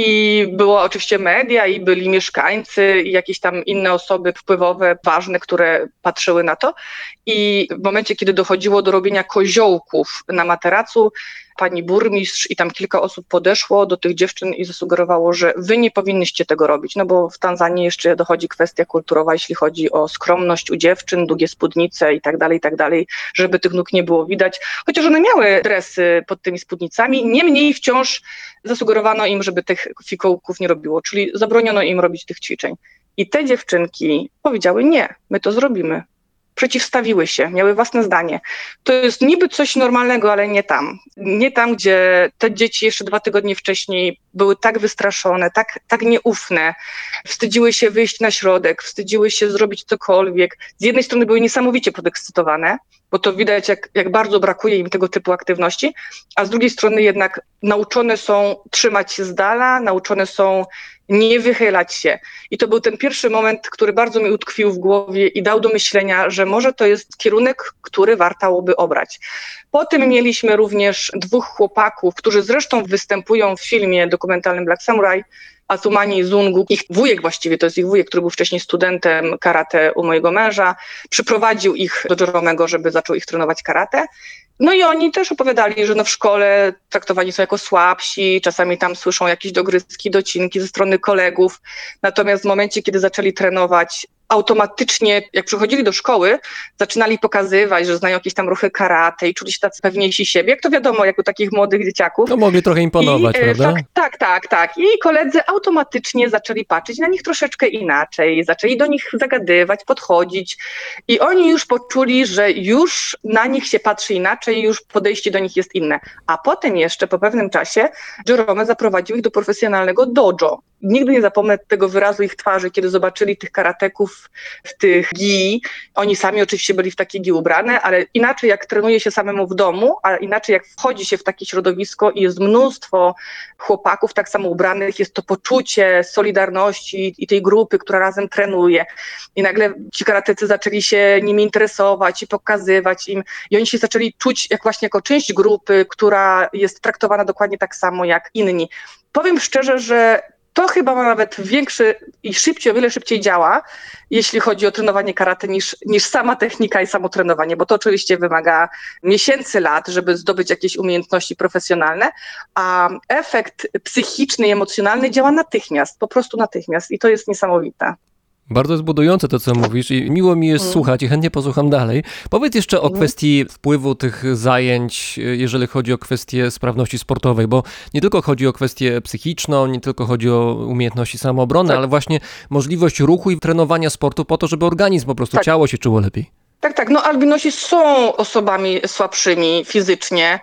I było oczywiście media i byli mieszkańcy i jakieś tam inne osoby wpływowe, ważne, które patrzyły na to. I w momencie, kiedy dochodziło do robienia koziołków na materacu, pani burmistrz i tam kilka osób podeszło do tych dziewczyn i zasugerowało, że wy nie powinnyście tego robić, no bo w Tanzanii jeszcze dochodzi kwestia kulturowa, jeśli chodzi o skromność u dziewczyn, długie spódnice i tak dalej, żeby tych nóg nie było widać, chociaż one miały dresy pod tymi spódnicami, niemniej wciąż zasugerowano im, żeby tych fikołków nie robiło, czyli zabroniono im robić tych ćwiczeń. I te dziewczynki powiedziały nie, my to zrobimy. Przeciwstawiły się, miały własne zdanie. To jest niby coś normalnego, ale nie tam. Nie tam, gdzie te dzieci jeszcze 2 tygodnie wcześniej były tak wystraszone, tak nieufne, wstydziły się wyjść na środek, wstydziły się zrobić cokolwiek. Z jednej strony były niesamowicie podekscytowane, bo to widać, jak bardzo brakuje im tego typu aktywności, a z drugiej strony jednak nauczone są trzymać się z dala, nauczone są nie wychylać się. I to był ten pierwszy moment, który bardzo mi utkwił w głowie i dał do myślenia, że może to jest kierunek, który wartałoby obrać. Potem mieliśmy również 2 chłopaków, którzy zresztą występują w filmie dokumentalnym Black Samurai, Atumani Zungu, ich wujek właściwie, to jest ich wujek, który był wcześniej studentem karate u mojego męża, przyprowadził ich do Jeromego, żeby zaczął ich trenować karate. No i oni też opowiadali, że w szkole traktowani są jako słabsi, czasami tam słyszą jakieś dogryzki, docinki ze strony kolegów, natomiast w momencie, kiedy zaczęli trenować, automatycznie, jak przychodzili do szkoły, zaczynali pokazywać, że znają jakieś tam ruchy karate i czuli się tacy pewniejsi siebie, jak to wiadomo, jak u takich młodych dzieciaków. No mogli trochę imponować, prawda? Tak. I koledzy automatycznie zaczęli patrzeć na nich troszeczkę inaczej, zaczęli do nich zagadywać, podchodzić i oni już poczuli, że już na nich się patrzy inaczej, już podejście do nich jest inne. A potem jeszcze po pewnym czasie Jerome zaprowadził ich do profesjonalnego dojo. Nigdy nie zapomnę tego wyrazu ich twarzy, kiedy zobaczyli tych karateków w tych gi. Oni sami oczywiście byli w takie gi ubrane, ale inaczej jak trenuje się samemu w domu, a inaczej jak wchodzi się w takie środowisko i jest mnóstwo chłopaków tak samo ubranych, jest to poczucie solidarności i tej grupy, która razem trenuje. I nagle ci karatecy zaczęli się nimi interesować i pokazywać im. I oni się zaczęli czuć jak właśnie jako część grupy, która jest traktowana dokładnie tak samo jak inni. Powiem szczerze, że to chyba ma nawet większy i szybciej, o wiele szybciej działa, jeśli chodzi o trenowanie karate, niż sama technika i samo trenowanie, bo to oczywiście wymaga miesięcy, lat, żeby zdobyć jakieś umiejętności profesjonalne, a efekt psychiczny i emocjonalny działa natychmiast, po prostu natychmiast i to jest niesamowite. Bardzo jest budujące to, co mówisz i miło mi jest słuchać i chętnie posłucham dalej. Powiedz jeszcze o kwestii wpływu tych zajęć, jeżeli chodzi o kwestię sprawności sportowej, bo nie tylko chodzi o kwestię psychiczną, nie tylko chodzi o umiejętności samoobrony, tak, ale właśnie możliwość ruchu i trenowania sportu po to, żeby organizm, po prostu ciało się czuło lepiej. Tak, no albinosi są osobami słabszymi fizycznie.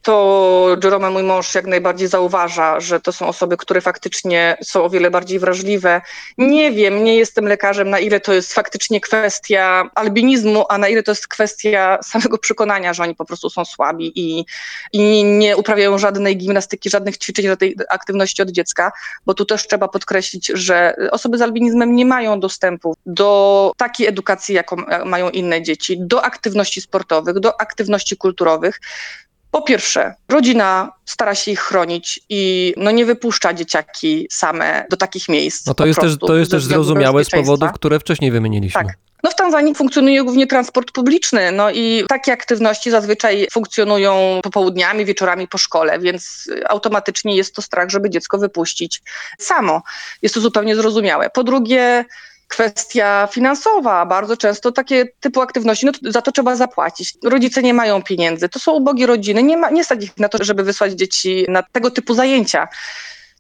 To Jerome, mój mąż, jak najbardziej zauważa, że to są osoby, które faktycznie są o wiele bardziej wrażliwe. Nie wiem, nie jestem lekarzem, na ile to jest faktycznie kwestia albinizmu, a na ile to jest kwestia samego przekonania, że oni po prostu są słabi i nie uprawiają żadnej gimnastyki, żadnych ćwiczeń, żadnej aktywności od dziecka, bo tu też trzeba podkreślić, że osoby z albinizmem nie mają dostępu do takiej edukacji, jaką mają inne dzieci, do aktywności sportowych, do aktywności kulturowych. Po pierwsze, rodzina stara się ich chronić i nie wypuszcza dzieciaki same do takich miejsc. No to jest też zrozumiałe z powodów, które wcześniej wymieniliśmy. Tak. W Tanzanii funkcjonuje głównie transport publiczny, i takie aktywności zazwyczaj funkcjonują popołudniami, wieczorami po szkole, więc automatycznie jest to strach, żeby dziecko wypuścić samo. Jest to zupełnie zrozumiałe. Po drugie, kwestia finansowa. Bardzo często takie typu aktywności, za to trzeba zapłacić. Rodzice nie mają pieniędzy. To są ubogie rodziny. Nie stać ich na to, żeby wysłać dzieci na tego typu zajęcia.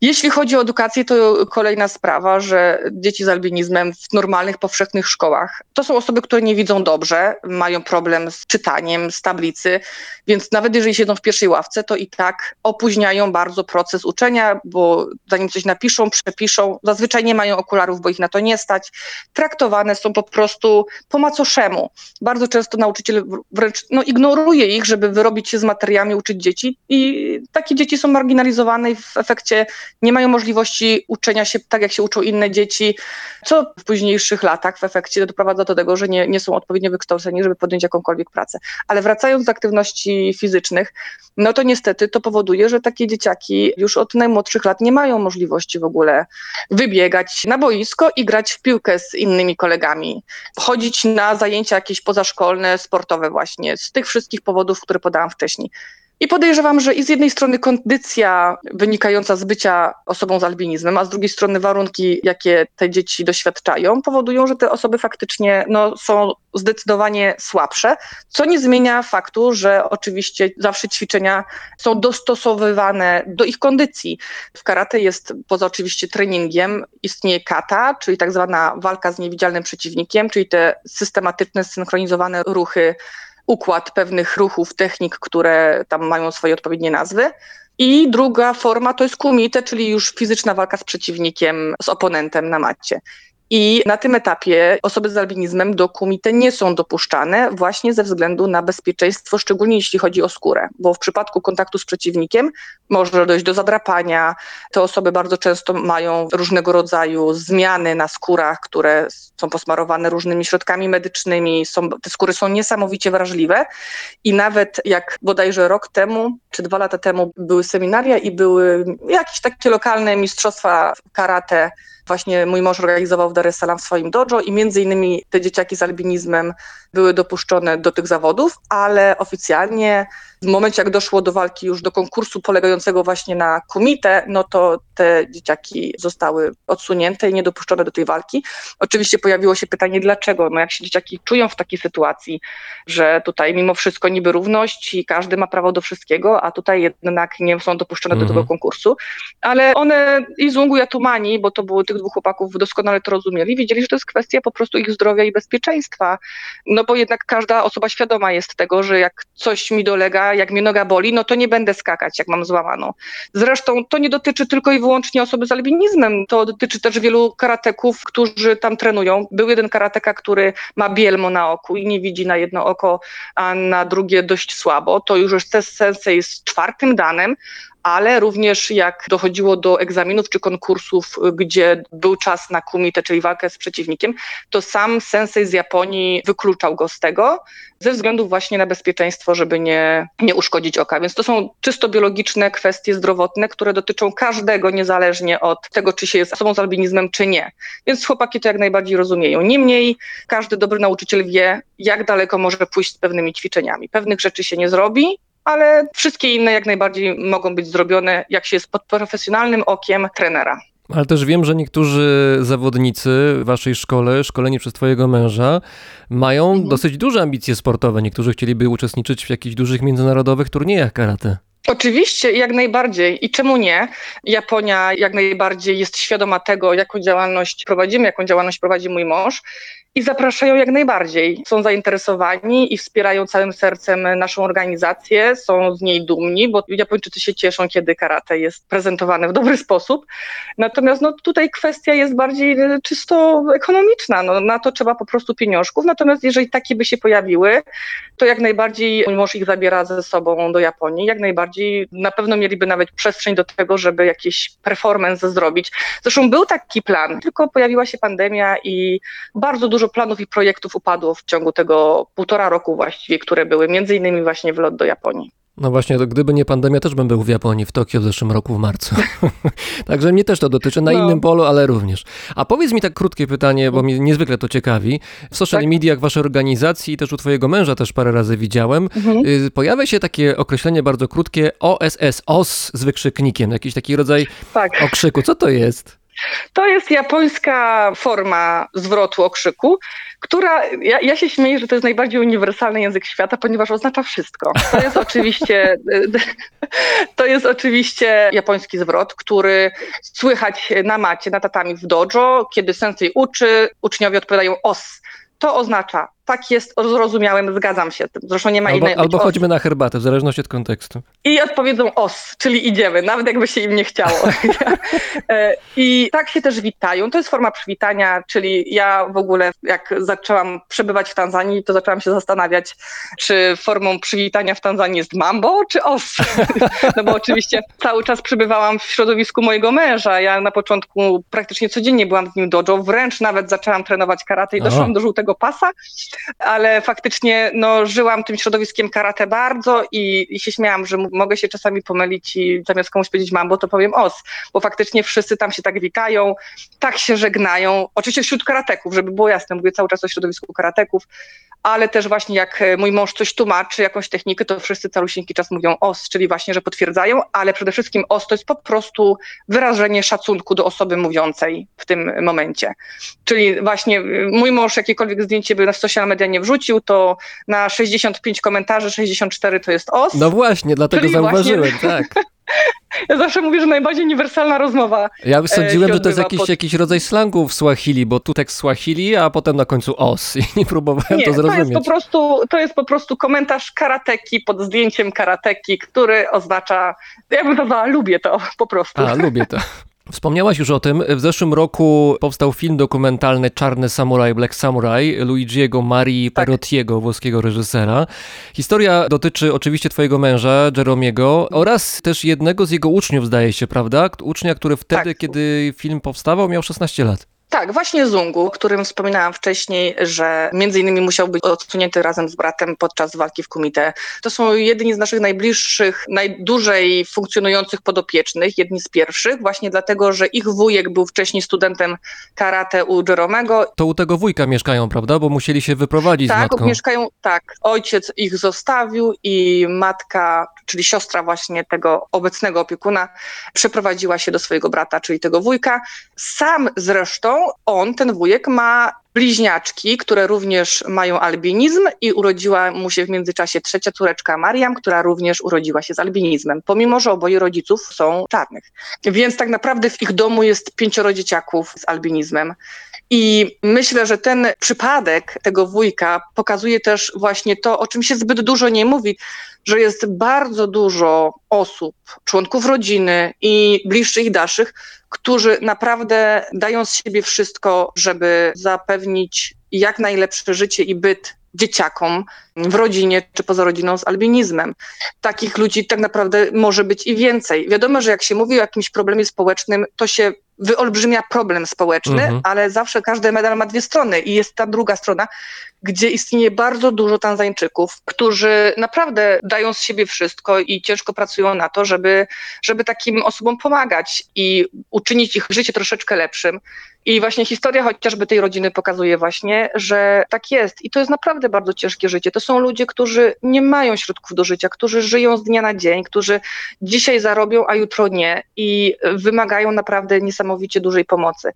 Jeśli chodzi o edukację, to kolejna sprawa, że dzieci z albinizmem w normalnych, powszechnych szkołach to są osoby, które nie widzą dobrze, mają problem z czytaniem, z tablicy, więc nawet jeżeli siedzą w pierwszej ławce, to i tak opóźniają bardzo proces uczenia, bo zanim coś napiszą, przepiszą, zazwyczaj nie mają okularów, bo ich na to nie stać. Traktowane są po prostu po macoszemu. Bardzo często nauczyciel wręcz ignoruje ich, żeby wyrobić się z materiałami, uczyć dzieci i takie dzieci są marginalizowane i w efekcie nie mają możliwości uczenia się tak, jak się uczą inne dzieci, co w późniejszych latach w efekcie doprowadza do tego, że nie są odpowiednio wykształceni, żeby podjąć jakąkolwiek pracę. Ale wracając do aktywności fizycznych, no to niestety to powoduje, że takie dzieciaki już od najmłodszych lat nie mają możliwości w ogóle wybiegać na boisko i grać w piłkę z innymi kolegami, chodzić na zajęcia jakieś pozaszkolne, sportowe właśnie, z tych wszystkich powodów, które podałam wcześniej. I podejrzewam, że i z jednej strony kondycja wynikająca z bycia osobą z albinizmem, a z drugiej strony warunki, jakie te dzieci doświadczają, powodują, że te osoby faktycznie są zdecydowanie słabsze, co nie zmienia faktu, że oczywiście zawsze ćwiczenia są dostosowywane do ich kondycji. W karate jest, poza oczywiście treningiem, istnieje kata, czyli tak zwana walka z niewidzialnym przeciwnikiem, czyli te systematyczne, zsynchronizowane ruchy, układ pewnych ruchów, technik, które tam mają swoje odpowiednie nazwy. I druga forma to jest kumite, czyli już fizyczna walka z przeciwnikiem, z oponentem na matcie. I na tym etapie osoby z albinizmem do kumite nie są dopuszczane właśnie ze względu na bezpieczeństwo, szczególnie jeśli chodzi o skórę, bo w przypadku kontaktu z przeciwnikiem może dojść do zadrapania. Te osoby bardzo często mają różnego rodzaju zmiany na skórach, które są posmarowane różnymi środkami medycznymi. Te skóry są niesamowicie wrażliwe i nawet jak bodajże rok temu czy 2 lata temu były seminaria i były jakieś takie lokalne mistrzostwa karate, właśnie mój mąż organizował w Dar es Salaam w swoim dojo i między innymi te dzieciaki z albinizmem były dopuszczone do tych zawodów, ale oficjalnie w momencie jak doszło do walki już do konkursu polegającego właśnie na kumite, no to te dzieciaki zostały odsunięte i niedopuszczone do tej walki. Oczywiście pojawiło się pytanie dlaczego, jak się dzieciaki czują w takiej sytuacji, że tutaj mimo wszystko niby równość i każdy ma prawo do wszystkiego, a tutaj jednak nie są dopuszczone do tego konkursu, ale one i Zungu Yatumani, bo to były tych 2 chłopaków, doskonale to rozumieli, wiedzieli, że to jest kwestia po prostu ich zdrowia i bezpieczeństwa, bo jednak każda osoba świadoma jest tego, że jak coś mi dolega, jak mnie noga boli, no to nie będę skakać, jak mam złamaną. Zresztą to nie dotyczy tylko i wyłącznie osoby z albinizmem, to dotyczy też wielu karateków, którzy tam trenują. Był jeden karateka, który ma bielmo na oku i nie widzi na jedno oko, a na drugie dość słabo. To już jest sensei z 4. danem, ale również jak dochodziło do egzaminów czy konkursów, gdzie był czas na kumite, czyli walkę z przeciwnikiem, to sam sensei z Japonii wykluczał go z tego ze względu właśnie na bezpieczeństwo, żeby nie uszkodzić oka. Więc to są czysto biologiczne kwestie zdrowotne, które dotyczą każdego, niezależnie od tego, czy się jest osobą z albinizmem, czy nie. Więc chłopaki to jak najbardziej rozumieją. Niemniej każdy dobry nauczyciel wie, jak daleko może pójść z pewnymi ćwiczeniami. Pewnych rzeczy się nie zrobi, ale wszystkie inne jak najbardziej mogą być zrobione, jak się jest pod profesjonalnym okiem trenera. Ale też wiem, że niektórzy zawodnicy w waszej szkole, szkoleni przez twojego męża, mają dosyć duże ambicje sportowe. Niektórzy chcieliby uczestniczyć w jakichś dużych międzynarodowych turniejach karate. Oczywiście, jak najbardziej. I czemu nie? Japonia jak najbardziej jest świadoma tego, jaką działalność prowadzi mój mąż. I zapraszają jak najbardziej. Są zainteresowani i wspierają całym sercem naszą organizację, są z niej dumni, bo Japończycy się cieszą, kiedy karate jest prezentowane w dobry sposób. Natomiast tutaj kwestia jest bardziej czysto ekonomiczna. Na to trzeba po prostu pieniążków. Natomiast jeżeli takie by się pojawiły, to jak najbardziej mój mąż ich zabiera ze sobą do Japonii. Jak najbardziej na pewno mieliby nawet przestrzeń do tego, żeby jakiś performance zrobić. Zresztą był taki plan, tylko pojawiła się pandemia i bardzo dużo planów i projektów upadło w ciągu tego 1,5 roku właściwie, które były między innymi właśnie wlot do Japonii. No właśnie, to gdyby nie pandemia, też bym był w Japonii, w Tokio w zeszłym roku w marcu. Także mnie też to dotyczy, na innym polu, ale również. A powiedz mi tak krótkie pytanie, bo mnie niezwykle to ciekawi. W social mediach waszej organizacji i też u twojego męża też parę razy widziałem, pojawia się takie określenie bardzo krótkie OSS, OS z wykrzyknikiem, jakiś taki rodzaj okrzyku. Co to jest? To jest japońska forma zwrotu okrzyku, która, ja się śmieję, że to jest najbardziej uniwersalny język świata, ponieważ oznacza wszystko. To jest oczywiście japoński zwrot, który słychać na macie, na tatami w dojo, kiedy sensei uczy, uczniowie odpowiadają os. To oznacza, tak jest, zrozumiałem, zgadzam się z tym. Zresztą nie ma innej. Albo chodźmy na herbatę, w zależności od kontekstu. I odpowiedzą os, czyli idziemy, nawet jakby się im nie chciało. I tak się też witają. To jest forma przywitania, czyli ja w ogóle jak zaczęłam przebywać w Tanzanii, to zaczęłam się zastanawiać, czy formą przywitania w Tanzanii jest mambo, czy os. No bo oczywiście cały czas przebywałam w środowisku mojego męża. Ja na początku praktycznie codziennie byłam z nim dojo, wręcz nawet zaczęłam trenować karate i doszłam do żółtego pasa, ale faktycznie żyłam tym środowiskiem karate bardzo i się śmiałam, że mogę się czasami pomylić i zamiast komuś powiedzieć mambo, to powiem os, bo faktycznie wszyscy tam się tak witają, tak się żegnają. Oczywiście wśród karateków, żeby było jasne, mówię cały czas o środowisku karateków, ale też właśnie jak mój mąż coś tłumaczy, jakąś technikę, to wszyscy calusieńki czas mówią os, czyli właśnie, że potwierdzają, ale przede wszystkim os to jest po prostu wyrażenie szacunku do osoby mówiącej w tym momencie. Czyli właśnie mój mąż jakiekolwiek zdjęcie by na social media nie wrzucił, to na 65 komentarzy 64 to jest os. No właśnie, dlatego czyli zauważyłem, tak. Ja zawsze mówię, że najbardziej uniwersalna rozmowa. Ja sądziłem, że to jest odbywa jakiś rodzaj slangu w Swahili, bo tu tekst Swahili, a potem na końcu os i próbowałem to zrozumieć. To jest po prostu komentarz karateki pod zdjęciem karateki, który oznacza, ja bym nazwała, lubię to po prostu. Lubię to. Wspomniałaś już o tym. W zeszłym roku powstał film dokumentalny Czarny Samuraj, Black Samurai Luigiego Marii Perottiego, włoskiego reżysera. Historia dotyczy oczywiście twojego męża, Jeromiego, oraz też jednego z jego uczniów, zdaje się, prawda? Ucznia, który wtedy, kiedy film powstawał, miał 16 lat. Tak, właśnie Zungu, o którym wspominałam wcześniej, że między innymi musiał być odsunięty razem z bratem podczas walki w kumite. To są jedni z naszych najbliższych, najdłużej funkcjonujących podopiecznych, jedni z pierwszych, właśnie dlatego, że ich wujek był wcześniej studentem karate u Jeromego. To u tego wujka mieszkają, prawda? Bo musieli się wyprowadzić z matką. Mieszkają, tak. Ojciec ich zostawił i matka, czyli siostra właśnie tego obecnego opiekuna, przeprowadziła się do swojego brata, czyli tego wujka. Sam zresztą ten wujek ma bliźniaczki, które również mają albinizm i urodziła mu się w międzyczasie trzecia córeczka Mariam, która również urodziła się z albinizmem, pomimo że oboje rodziców są czarnych. Więc tak naprawdę w ich domu jest 5 dzieciaków z albinizmem. I myślę, że ten przypadek tego wujka pokazuje też właśnie to, o czym się zbyt dużo nie mówi, że jest bardzo dużo osób, członków rodziny i bliższych i dalszych, którzy naprawdę dają z siebie wszystko, żeby zapewnić jak najlepsze życie i byt dzieciakom w rodzinie czy poza rodziną z albinizmem. Takich ludzi tak naprawdę może być i więcej. Wiadomo, że jak się mówi o jakimś problemie społecznym, to się wyolbrzymia problem społeczny, ale zawsze każdy medal ma 2 strony i jest ta druga strona, gdzie istnieje bardzo dużo Tanzańczyków, którzy naprawdę dają z siebie wszystko i ciężko pracują na to, żeby takim osobom pomagać i uczynić ich życie troszeczkę lepszym. I właśnie historia chociażby tej rodziny pokazuje właśnie, że tak jest. I to jest naprawdę bardzo ciężkie życie. To są ludzie, którzy nie mają środków do życia, którzy żyją z dnia na dzień, którzy dzisiaj zarobią, a jutro nie i wymagają naprawdę niesamowicie dużej pomocy.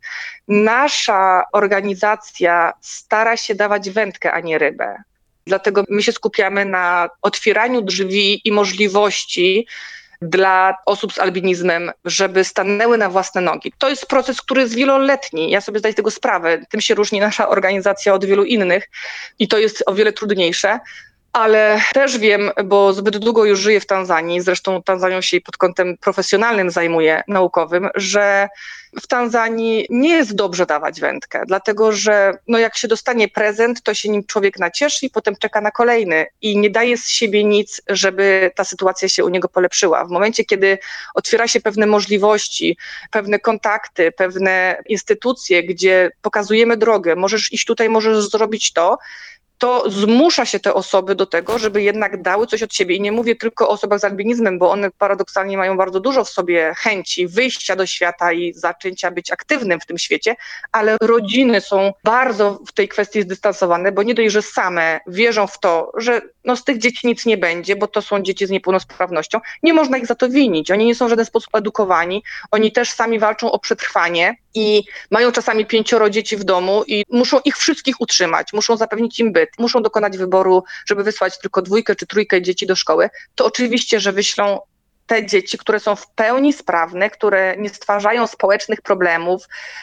Nasza organizacja stara się dawać wędkę, a nie rybę. Dlatego my się skupiamy na otwieraniu drzwi i możliwości dla osób z albinizmem, żeby stanęły na własne nogi. To jest proces, który jest wieloletni. Ja sobie zdaję z tego sprawę. Tym się różni nasza organizacja od wielu innych i to jest o wiele trudniejsze. Ale też wiem, bo zbyt długo już żyję w Tanzanii, zresztą Tanzanią się pod kątem profesjonalnym zajmuję, naukowym, że w Tanzanii nie jest dobrze dawać wędkę, dlatego że jak się dostanie prezent, to się nim człowiek nacieszy i potem czeka na kolejny i nie daje z siebie nic, żeby ta sytuacja się u niego polepszyła. W momencie, kiedy otwiera się pewne możliwości, pewne kontakty, pewne instytucje, gdzie pokazujemy drogę, możesz iść tutaj, możesz zrobić to, to zmusza się te osoby do tego, żeby jednak dały coś od siebie. I nie mówię tylko o osobach z albinizmem, bo one paradoksalnie mają bardzo dużo w sobie chęci wyjścia do świata i zaczęcia być aktywnym w tym świecie, ale rodziny są bardzo w tej kwestii zdystansowane, bo nie dość, że same wierzą w to, że z tych dzieci nic nie będzie, bo to są dzieci z niepełnosprawnością, nie można ich za to winić. Oni nie są w żaden sposób edukowani, oni też sami walczą o przetrwanie i mają czasami 5 dzieci w domu i muszą ich wszystkich utrzymać, muszą zapewnić im byt, muszą dokonać wyboru, żeby wysłać tylko 2 czy 3 dzieci do szkoły. To oczywiście, że wyślą te dzieci, które są w pełni sprawne, które nie stwarzają społecznych problemów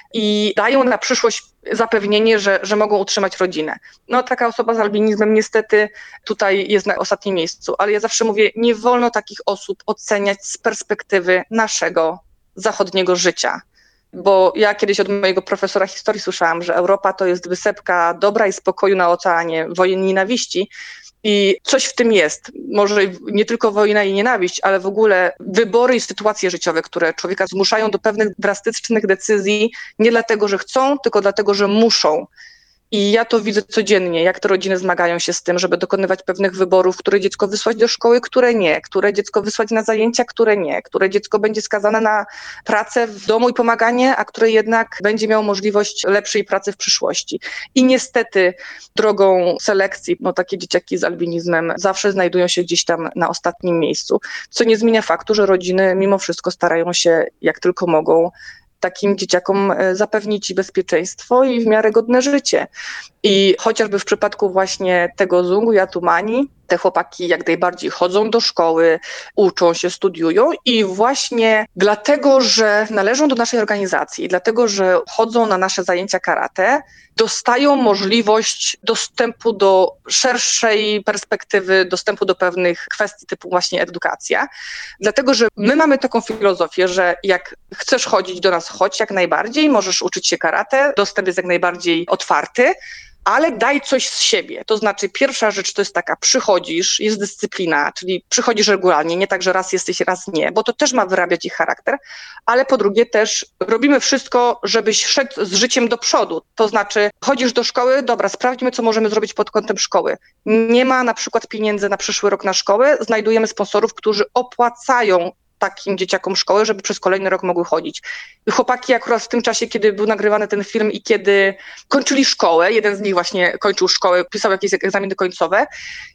i dają na przyszłość zapewnienie, że mogą utrzymać rodzinę. Taka osoba z albinizmem niestety tutaj jest na ostatnim miejscu, ale ja zawsze mówię, nie wolno takich osób oceniać z perspektywy naszego zachodniego życia. Bo ja kiedyś od mojego profesora historii słyszałam, że Europa to jest wysepka dobra i spokoju na oceanie wojen i nienawiści. I coś w tym jest. Może nie tylko wojna i nienawiść, ale w ogóle wybory i sytuacje życiowe, które człowieka zmuszają do pewnych drastycznych decyzji, nie dlatego, że chcą, tylko dlatego, że muszą. I ja to widzę codziennie, jak te rodziny zmagają się z tym, żeby dokonywać pewnych wyborów, które dziecko wysłać do szkoły, które nie, które dziecko wysłać na zajęcia, które nie, które dziecko będzie skazane na pracę w domu i pomaganie, a które jednak będzie miało możliwość lepszej pracy w przyszłości. I niestety drogą selekcji, takie dzieciaki z albinizmem zawsze znajdują się gdzieś tam na ostatnim miejscu, co nie zmienia faktu, że rodziny mimo wszystko starają się jak tylko mogą takim dzieciakom zapewnić bezpieczeństwo i w miarę godne życie. I chociażby w przypadku właśnie tego Zungu i Atumani, te chłopaki jak najbardziej chodzą do szkoły, uczą się, studiują i właśnie dlatego, że należą do naszej organizacji, dlatego, że chodzą na nasze zajęcia karate, dostają możliwość dostępu do szerszej perspektywy, dostępu do pewnych kwestii typu właśnie edukacja. Dlatego, że my mamy taką filozofię, że jak chcesz chodzić do nas, chodź jak najbardziej, możesz uczyć się karate, dostęp jest jak najbardziej otwarty, ale daj coś z siebie. To znaczy pierwsza rzecz to jest taka, przychodzisz, jest dyscyplina, czyli przychodzisz regularnie, nie tak, że raz jesteś, raz nie, bo to też ma wyrabiać ich charakter, ale po drugie też robimy wszystko, żebyś szedł z życiem do przodu. To znaczy chodzisz do szkoły, dobra, sprawdźmy, co możemy zrobić pod kątem szkoły. Nie ma na przykład pieniędzy na przyszły rok na szkołę, znajdujemy sponsorów, którzy opłacają takim dzieciakom szkoły, żeby przez kolejny rok mogły chodzić. I chłopaki akurat w tym czasie, kiedy był nagrywany ten film i kiedy kończyli szkołę, jeden z nich właśnie kończył szkołę, pisał jakieś egzaminy końcowe,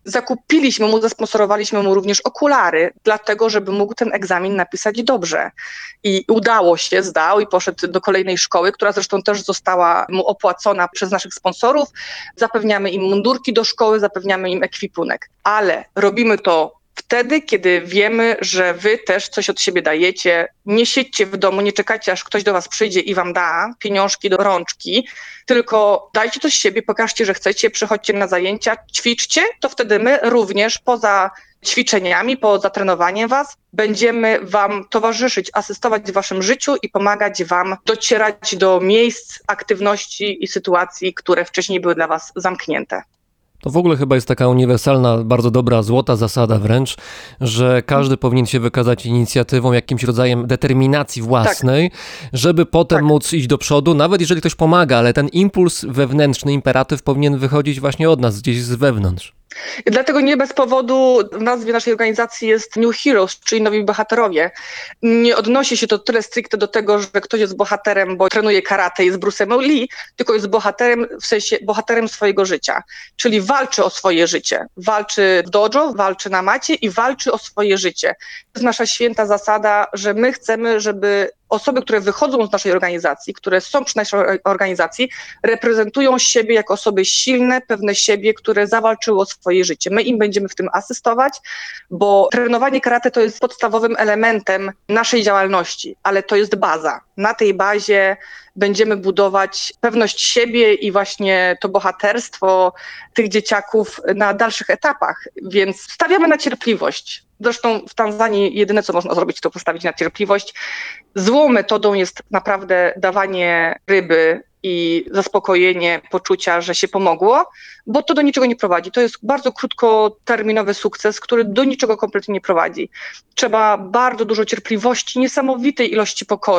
zasponsorowaliśmy mu również okulary, dlatego, żeby mógł ten egzamin napisać dobrze. I udało się, zdał i poszedł do kolejnej szkoły, która zresztą też została mu opłacona przez naszych sponsorów. Zapewniamy im mundurki do szkoły, zapewniamy im ekwipunek. Ale robimy to wtedy, kiedy wiemy, że wy też coś od siebie dajecie. Nie siedźcie w domu, nie czekajcie, aż ktoś do was przyjdzie i wam da pieniążki do rączki, tylko dajcie coś z siebie, pokażcie, że chcecie, przychodźcie na zajęcia, ćwiczcie, to wtedy my również poza ćwiczeniami, poza trenowaniem was, będziemy wam towarzyszyć, asystować w waszym życiu i pomagać wam docierać do miejsc, aktywności i sytuacji, które wcześniej były dla was zamknięte. To w ogóle chyba jest taka uniwersalna, bardzo dobra, złota zasada wręcz, że każdy powinien się wykazać inicjatywą, jakimś rodzajem determinacji własnej, żeby potem móc iść do przodu, nawet jeżeli ktoś pomaga, ale ten impuls wewnętrzny, imperatyw powinien wychodzić właśnie od nas, gdzieś z wewnątrz. I dlatego nie bez powodu w nazwie naszej organizacji jest New Heroes, czyli nowi bohaterowie. Nie odnosi się to tyle stricte do tego, że ktoś jest bohaterem, bo trenuje karate, jest Bruce'em Lee, tylko jest bohaterem, w sensie bohaterem swojego życia. Czyli walczy o swoje życie. Walczy w dojo, walczy na macie i walczy o swoje życie. To jest nasza święta zasada, że my chcemy, żeby osoby, które wychodzą z naszej organizacji, które są przy naszej organizacji, reprezentują siebie jako osoby silne, pewne siebie, które zawalczyły o swoje życie. My im będziemy w tym asystować, bo trenowanie karate to jest podstawowym elementem naszej działalności, ale to jest baza. Na tej bazie będziemy budować pewność siebie i właśnie to bohaterstwo tych dzieciaków na dalszych etapach, więc stawiamy na cierpliwość. Zresztą w Tanzanii jedyne, co można zrobić, to postawić na cierpliwość. Złą metodą jest naprawdę dawanie ryby i zaspokojenie poczucia, że się pomogło, bo to do niczego nie prowadzi. To jest bardzo krótkoterminowy sukces, który do niczego kompletnie nie prowadzi. Trzeba bardzo dużo cierpliwości, niesamowitej ilości pokory,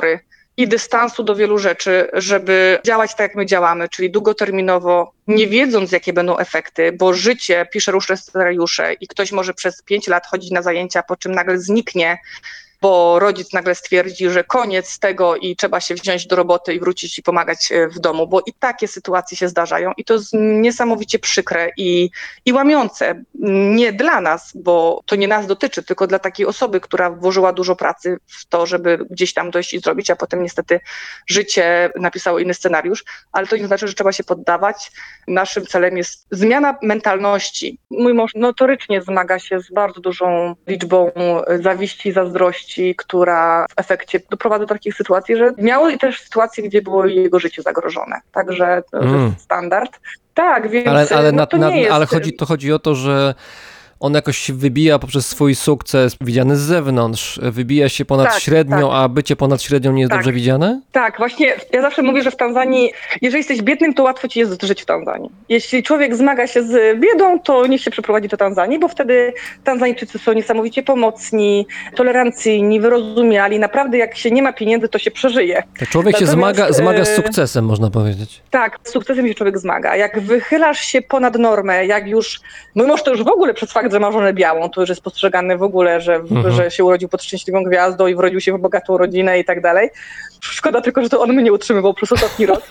i dystansu do wielu rzeczy, żeby działać tak, jak my działamy, czyli długoterminowo, nie wiedząc, jakie będą efekty, bo życie pisze różne scenariusze i ktoś może przez 5 lat chodzić na zajęcia, po czym nagle zniknie, bo rodzic nagle stwierdzi, że koniec z tego i trzeba się wziąć do roboty i wrócić i pomagać w domu, bo i takie sytuacje się zdarzają i to jest niesamowicie przykre i łamiące. Nie dla nas, bo to nie nas dotyczy, tylko dla takiej osoby, która włożyła dużo pracy w to, żeby gdzieś tam dojść i zrobić, a potem niestety życie napisało inny scenariusz, ale to nie znaczy, że trzeba się poddawać. Naszym celem jest zmiana mentalności. Mój mąż notorycznie zmaga się z bardzo dużą liczbą zawiści i zazdrości, która w efekcie doprowadza do takich sytuacji, że miało też sytuacje, gdzie było jego życie zagrożone. Także to jest standard. Tak, więc ale chodzi o to, że on jakoś się wybija poprzez swój sukces widziany z zewnątrz, wybija się ponad średnią, a bycie ponad średnią nie jest dobrze widziane? Tak, właśnie ja zawsze mówię, że w Tanzanii, jeżeli jesteś biednym, to łatwo ci jest żyć w Tanzanii. Jeśli człowiek zmaga się z biedą, to niech się przeprowadzi do Tanzanii, bo wtedy Tanzańczycy są niesamowicie pomocni, tolerancyjni, wyrozumiali. Naprawdę jak się nie ma pieniędzy, to się przeżyje. To człowiek się zmaga z sukcesem, można powiedzieć. Tak, z sukcesem się człowiek zmaga. Jak wychylasz się ponad normę, jak już, mój mąż to już w ogóle przez fakt, że ma żonę białą, to już jest postrzegane w ogóle, że się urodził pod szczęśliwą gwiazdą i wrodził się w bogatą rodzinę i tak dalej. Szkoda tylko, że to on mnie utrzymywał przez ostatni rok,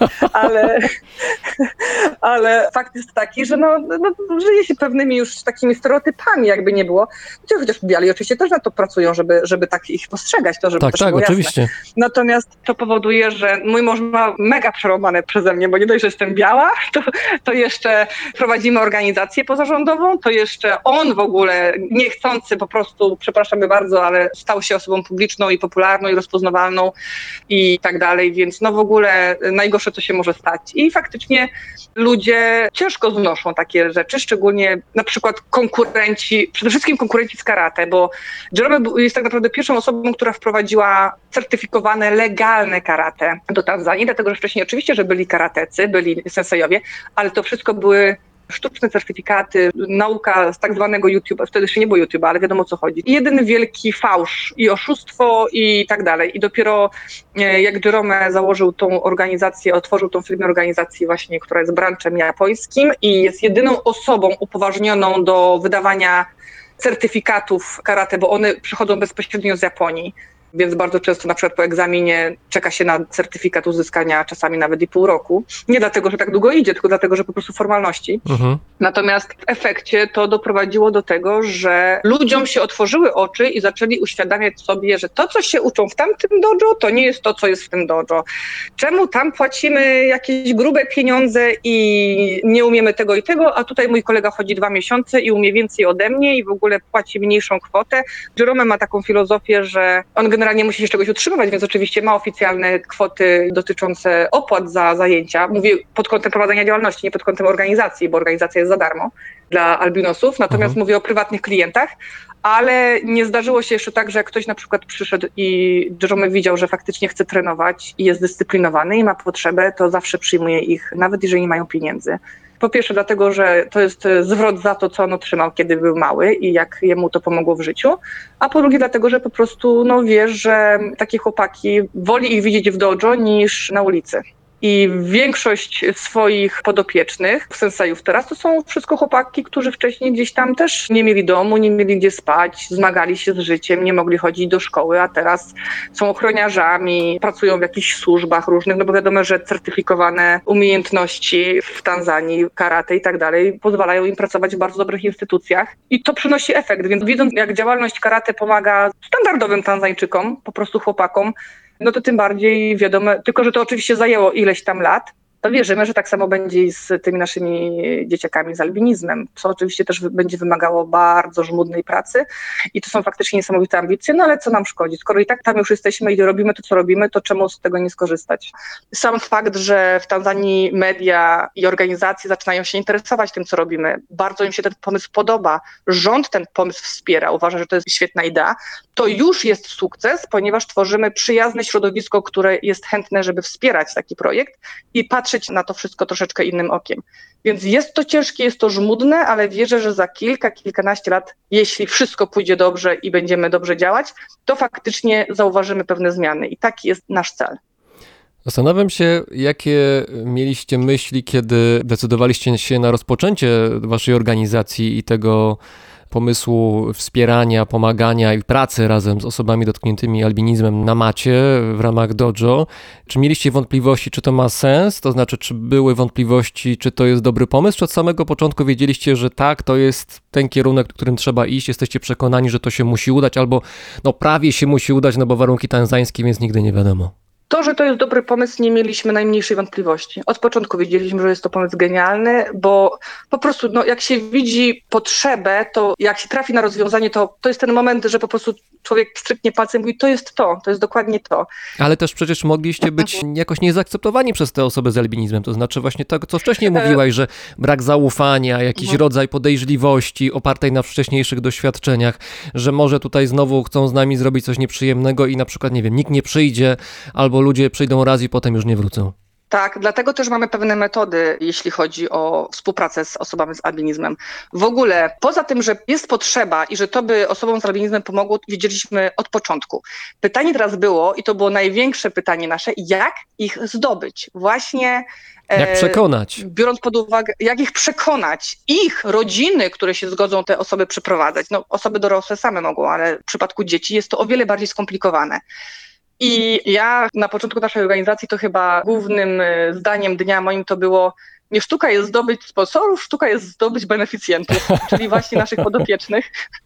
ale fakt jest taki, że żyje się pewnymi już takimi stereotypami, jakby nie było. Chociaż biali oczywiście też na to pracują, żeby tak ich postrzegać, to żeby też było oczywiście. Jasne. Natomiast to powoduje, że mój mąż ma mega przerąbane przeze mnie, bo nie dość, że jestem biała, to jeszcze prowadzimy organizację pozarządową, to jeszcze on w ogóle niechcący po prostu, przepraszamy bardzo, ale stał się osobą publiczną i popularną i rozpoznawalną i tak dalej, więc w ogóle najgorsze, co się może stać. I faktycznie ludzie ciężko znoszą takie rzeczy, szczególnie na przykład konkurenci, przede wszystkim konkurenci z karate, bo Jerome jest tak naprawdę pierwszą osobą, która wprowadziła certyfikowane, legalne karate do Tanzanii, dlatego że wcześniej oczywiście, że byli karatecy, byli sensejowie, ale to wszystko były sztuczne certyfikaty, nauka z tak zwanego YouTube'a, wtedy jeszcze nie było YouTube'a, ale wiadomo o co chodzi. Jeden wielki fałsz i oszustwo i tak dalej. I dopiero jak Jerome założył tą organizację, otworzył tą firmę organizacji właśnie, która jest branchem japońskim i jest jedyną osobą upoważnioną do wydawania certyfikatów karate, bo one przychodzą bezpośrednio z Japonii. Więc bardzo często na przykład po egzaminie czeka się na certyfikat uzyskania czasami nawet i pół roku. Nie dlatego, że tak długo idzie, tylko dlatego, że po prostu formalności. Natomiast w efekcie to doprowadziło do tego, że ludziom się otworzyły oczy i zaczęli uświadamiać sobie, że to, co się uczą w tamtym dojo, to nie jest to, co jest w tym dojo. Czemu tam płacimy jakieś grube pieniądze i nie umiemy tego i tego, a tutaj mój kolega chodzi 2 miesiące i umie więcej ode mnie i w ogóle płaci mniejszą kwotę. Jerome ma taką filozofię, że on generalnie musi się czegoś utrzymywać, więc oczywiście ma oficjalne kwoty dotyczące opłat za zajęcia. Mówię pod kątem prowadzenia działalności, nie pod kątem organizacji, bo organizacja jest za darmo dla albinosów, natomiast mówię o prywatnych klientach, ale nie zdarzyło się jeszcze tak, że jak ktoś na przykład przyszedł i Jerome widział, że faktycznie chce trenować i jest dyscyplinowany i ma potrzebę, to zawsze przyjmuje ich, nawet jeżeli nie mają pieniędzy. Po pierwsze dlatego, że to jest zwrot za to, co on otrzymał, kiedy był mały i jak jemu to pomogło w życiu, a po drugie dlatego, że po prostu wie, że takie chłopaki woli ich widzieć w dojo niż na ulicy. I większość swoich podopiecznych, sensejów teraz, to są wszystko chłopaki, którzy wcześniej gdzieś tam też nie mieli domu, nie mieli gdzie spać, zmagali się z życiem, nie mogli chodzić do szkoły, a teraz są ochroniarzami, pracują w jakichś służbach różnych, bo wiadomo, że certyfikowane umiejętności w Tanzanii, karate i tak dalej, pozwalają im pracować w bardzo dobrych instytucjach i to przynosi efekt, więc widząc, jak działalność karate pomaga standardowym Tanzańczykom, po prostu chłopakom, no to tym bardziej wiadomo, tylko że to oczywiście zajęło ileś tam lat, to wierzymy, że tak samo będzie i z tymi naszymi dzieciakami z albinizmem, co oczywiście też będzie wymagało bardzo żmudnej pracy i to są faktycznie niesamowite ambicje, no ale co nam szkodzi? Skoro i tak tam już jesteśmy i robimy to, co robimy, to czemu z tego nie skorzystać? Sam fakt, że w Tanzanii media i organizacje zaczynają się interesować tym, co robimy, bardzo im się ten pomysł podoba, rząd ten pomysł wspiera, uważa, że to jest świetna idea, to już jest sukces, ponieważ tworzymy przyjazne środowisko, które jest chętne, żeby wspierać taki projekt i patrzeć na to wszystko troszeczkę innym okiem. Więc jest to ciężkie, jest to żmudne, ale wierzę, że za kilkanaście lat, jeśli wszystko pójdzie dobrze i będziemy dobrze działać, to faktycznie zauważymy pewne zmiany i taki jest nasz cel. Zastanawiam się, jakie mieliście myśli, kiedy decydowaliście się na rozpoczęcie waszej organizacji i tego pomysłu wspierania, pomagania i pracy razem z osobami dotkniętymi albinizmem na macie w ramach Dojo. Czy mieliście wątpliwości, czy to ma sens? To znaczy, czy były wątpliwości, czy to jest dobry pomysł? Czy od samego początku wiedzieliście, że tak, to jest ten kierunek, którym trzeba iść? Jesteście przekonani, że to się musi udać, albo no prawie się musi udać, no bo warunki tanzańskie, więc nigdy nie wiadomo. To, że to jest dobry pomysł, nie mieliśmy najmniejszej wątpliwości. Od początku wiedzieliśmy, że jest to pomysł genialny, bo po prostu jak się widzi potrzebę, to jak się trafi na rozwiązanie, to jest ten moment, że po prostu człowiek pstryknie palcem i mówi, to jest dokładnie to. Ale też przecież mogliście być jakoś niezaakceptowani przez te osoby z albinizmem, to znaczy właśnie to, co wcześniej mówiłaś, że brak zaufania, jakiś rodzaj podejrzliwości opartej na wcześniejszych doświadczeniach, że może tutaj znowu chcą z nami zrobić coś nieprzyjemnego i na przykład, nie wiem, nikt nie przyjdzie, albo ludzie przyjdą raz i potem już nie wrócą. Tak, dlatego też mamy pewne metody, jeśli chodzi o współpracę z osobami z albinizmem. W ogóle, poza tym, że jest potrzeba i że to by osobom z albinizmem pomogło, wiedzieliśmy od początku. Pytanie teraz było, i to było największe pytanie nasze, jak ich zdobyć? Właśnie Jak przekonać? biorąc pod uwagę, jak ich przekonać, ich rodziny, które się zgodzą te osoby przyprowadzać. No, osoby dorosłe same mogą, ale w przypadku dzieci jest to o wiele bardziej skomplikowane. I ja na początku naszej organizacji to chyba głównym zdaniem dnia moim to było: nie sztuka jest zdobyć sponsorów, sztuka jest zdobyć beneficjentów, czyli właśnie naszych podopiecznych.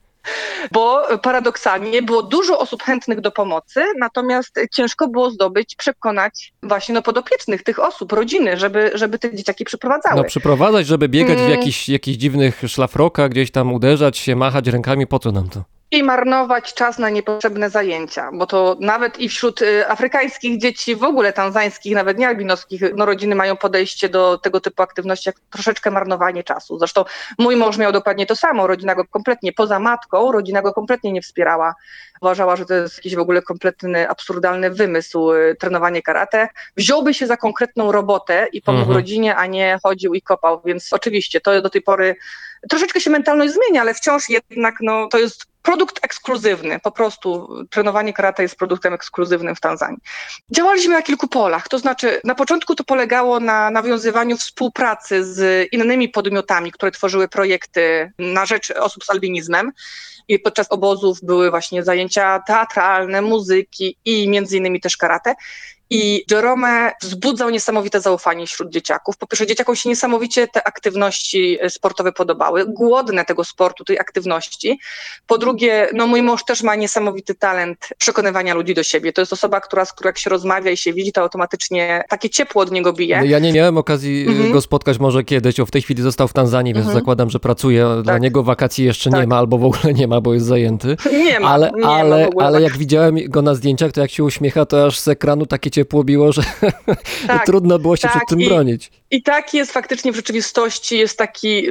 Bo paradoksalnie było dużo osób chętnych do pomocy, natomiast ciężko było przekonać właśnie podopiecznych tych osób, rodziny, żeby te dzieciaki przyprowadzały. No przyprowadzać, żeby biegać w jakichś dziwnych szlafrokach, gdzieś tam uderzać się, machać rękami, po co nam to? I marnować czas na niepotrzebne zajęcia, bo to nawet i wśród afrykańskich dzieci, w ogóle tanzańskich, nawet nie albinoskich, rodziny mają podejście do tego typu aktywności jak troszeczkę marnowanie czasu. Zresztą mój mąż miał dokładnie to samo, rodzina go kompletnie, poza matką, rodzina go kompletnie nie wspierała. Uważała, że to jest jakiś w ogóle kompletny, absurdalny wymysł, trenowanie karate. Wziąłby się za konkretną robotę i pomógł rodzinie, a nie chodził i kopał, więc oczywiście to do tej pory troszeczkę się mentalność zmienia, ale wciąż jednak to jest produkt ekskluzywny, po prostu trenowanie karate jest produktem ekskluzywnym w Tanzanii. Działaliśmy na kilku polach, to znaczy na początku to polegało na nawiązywaniu współpracy z innymi podmiotami, które tworzyły projekty na rzecz osób z albinizmem. I podczas obozów były właśnie zajęcia teatralne, muzyki i między innymi też karate. I Jerome wzbudzał niesamowite zaufanie wśród dzieciaków. Po pierwsze, dzieciakom się niesamowicie te aktywności sportowe podobały, głodne tego sportu, tej aktywności. Po drugie, mój mąż też ma niesamowity talent przekonywania ludzi do siebie. To jest osoba, z którą jak się rozmawia i się widzi, to automatycznie takie ciepło od niego bije. Ja nie miałem okazji go spotkać może kiedyś, w tej chwili został w Tanzanii, więc zakładam, że pracuje. Dla niego wakacji jeszcze nie ma, albo w ogóle nie ma, bo jest zajęty. Nie ma, ale jak widziałem go na zdjęciach, to jak się uśmiecha, to aż z ekranu takie ciepło biło, że trudno było się przed tym bronić. I tak jest faktycznie w rzeczywistości, jest taki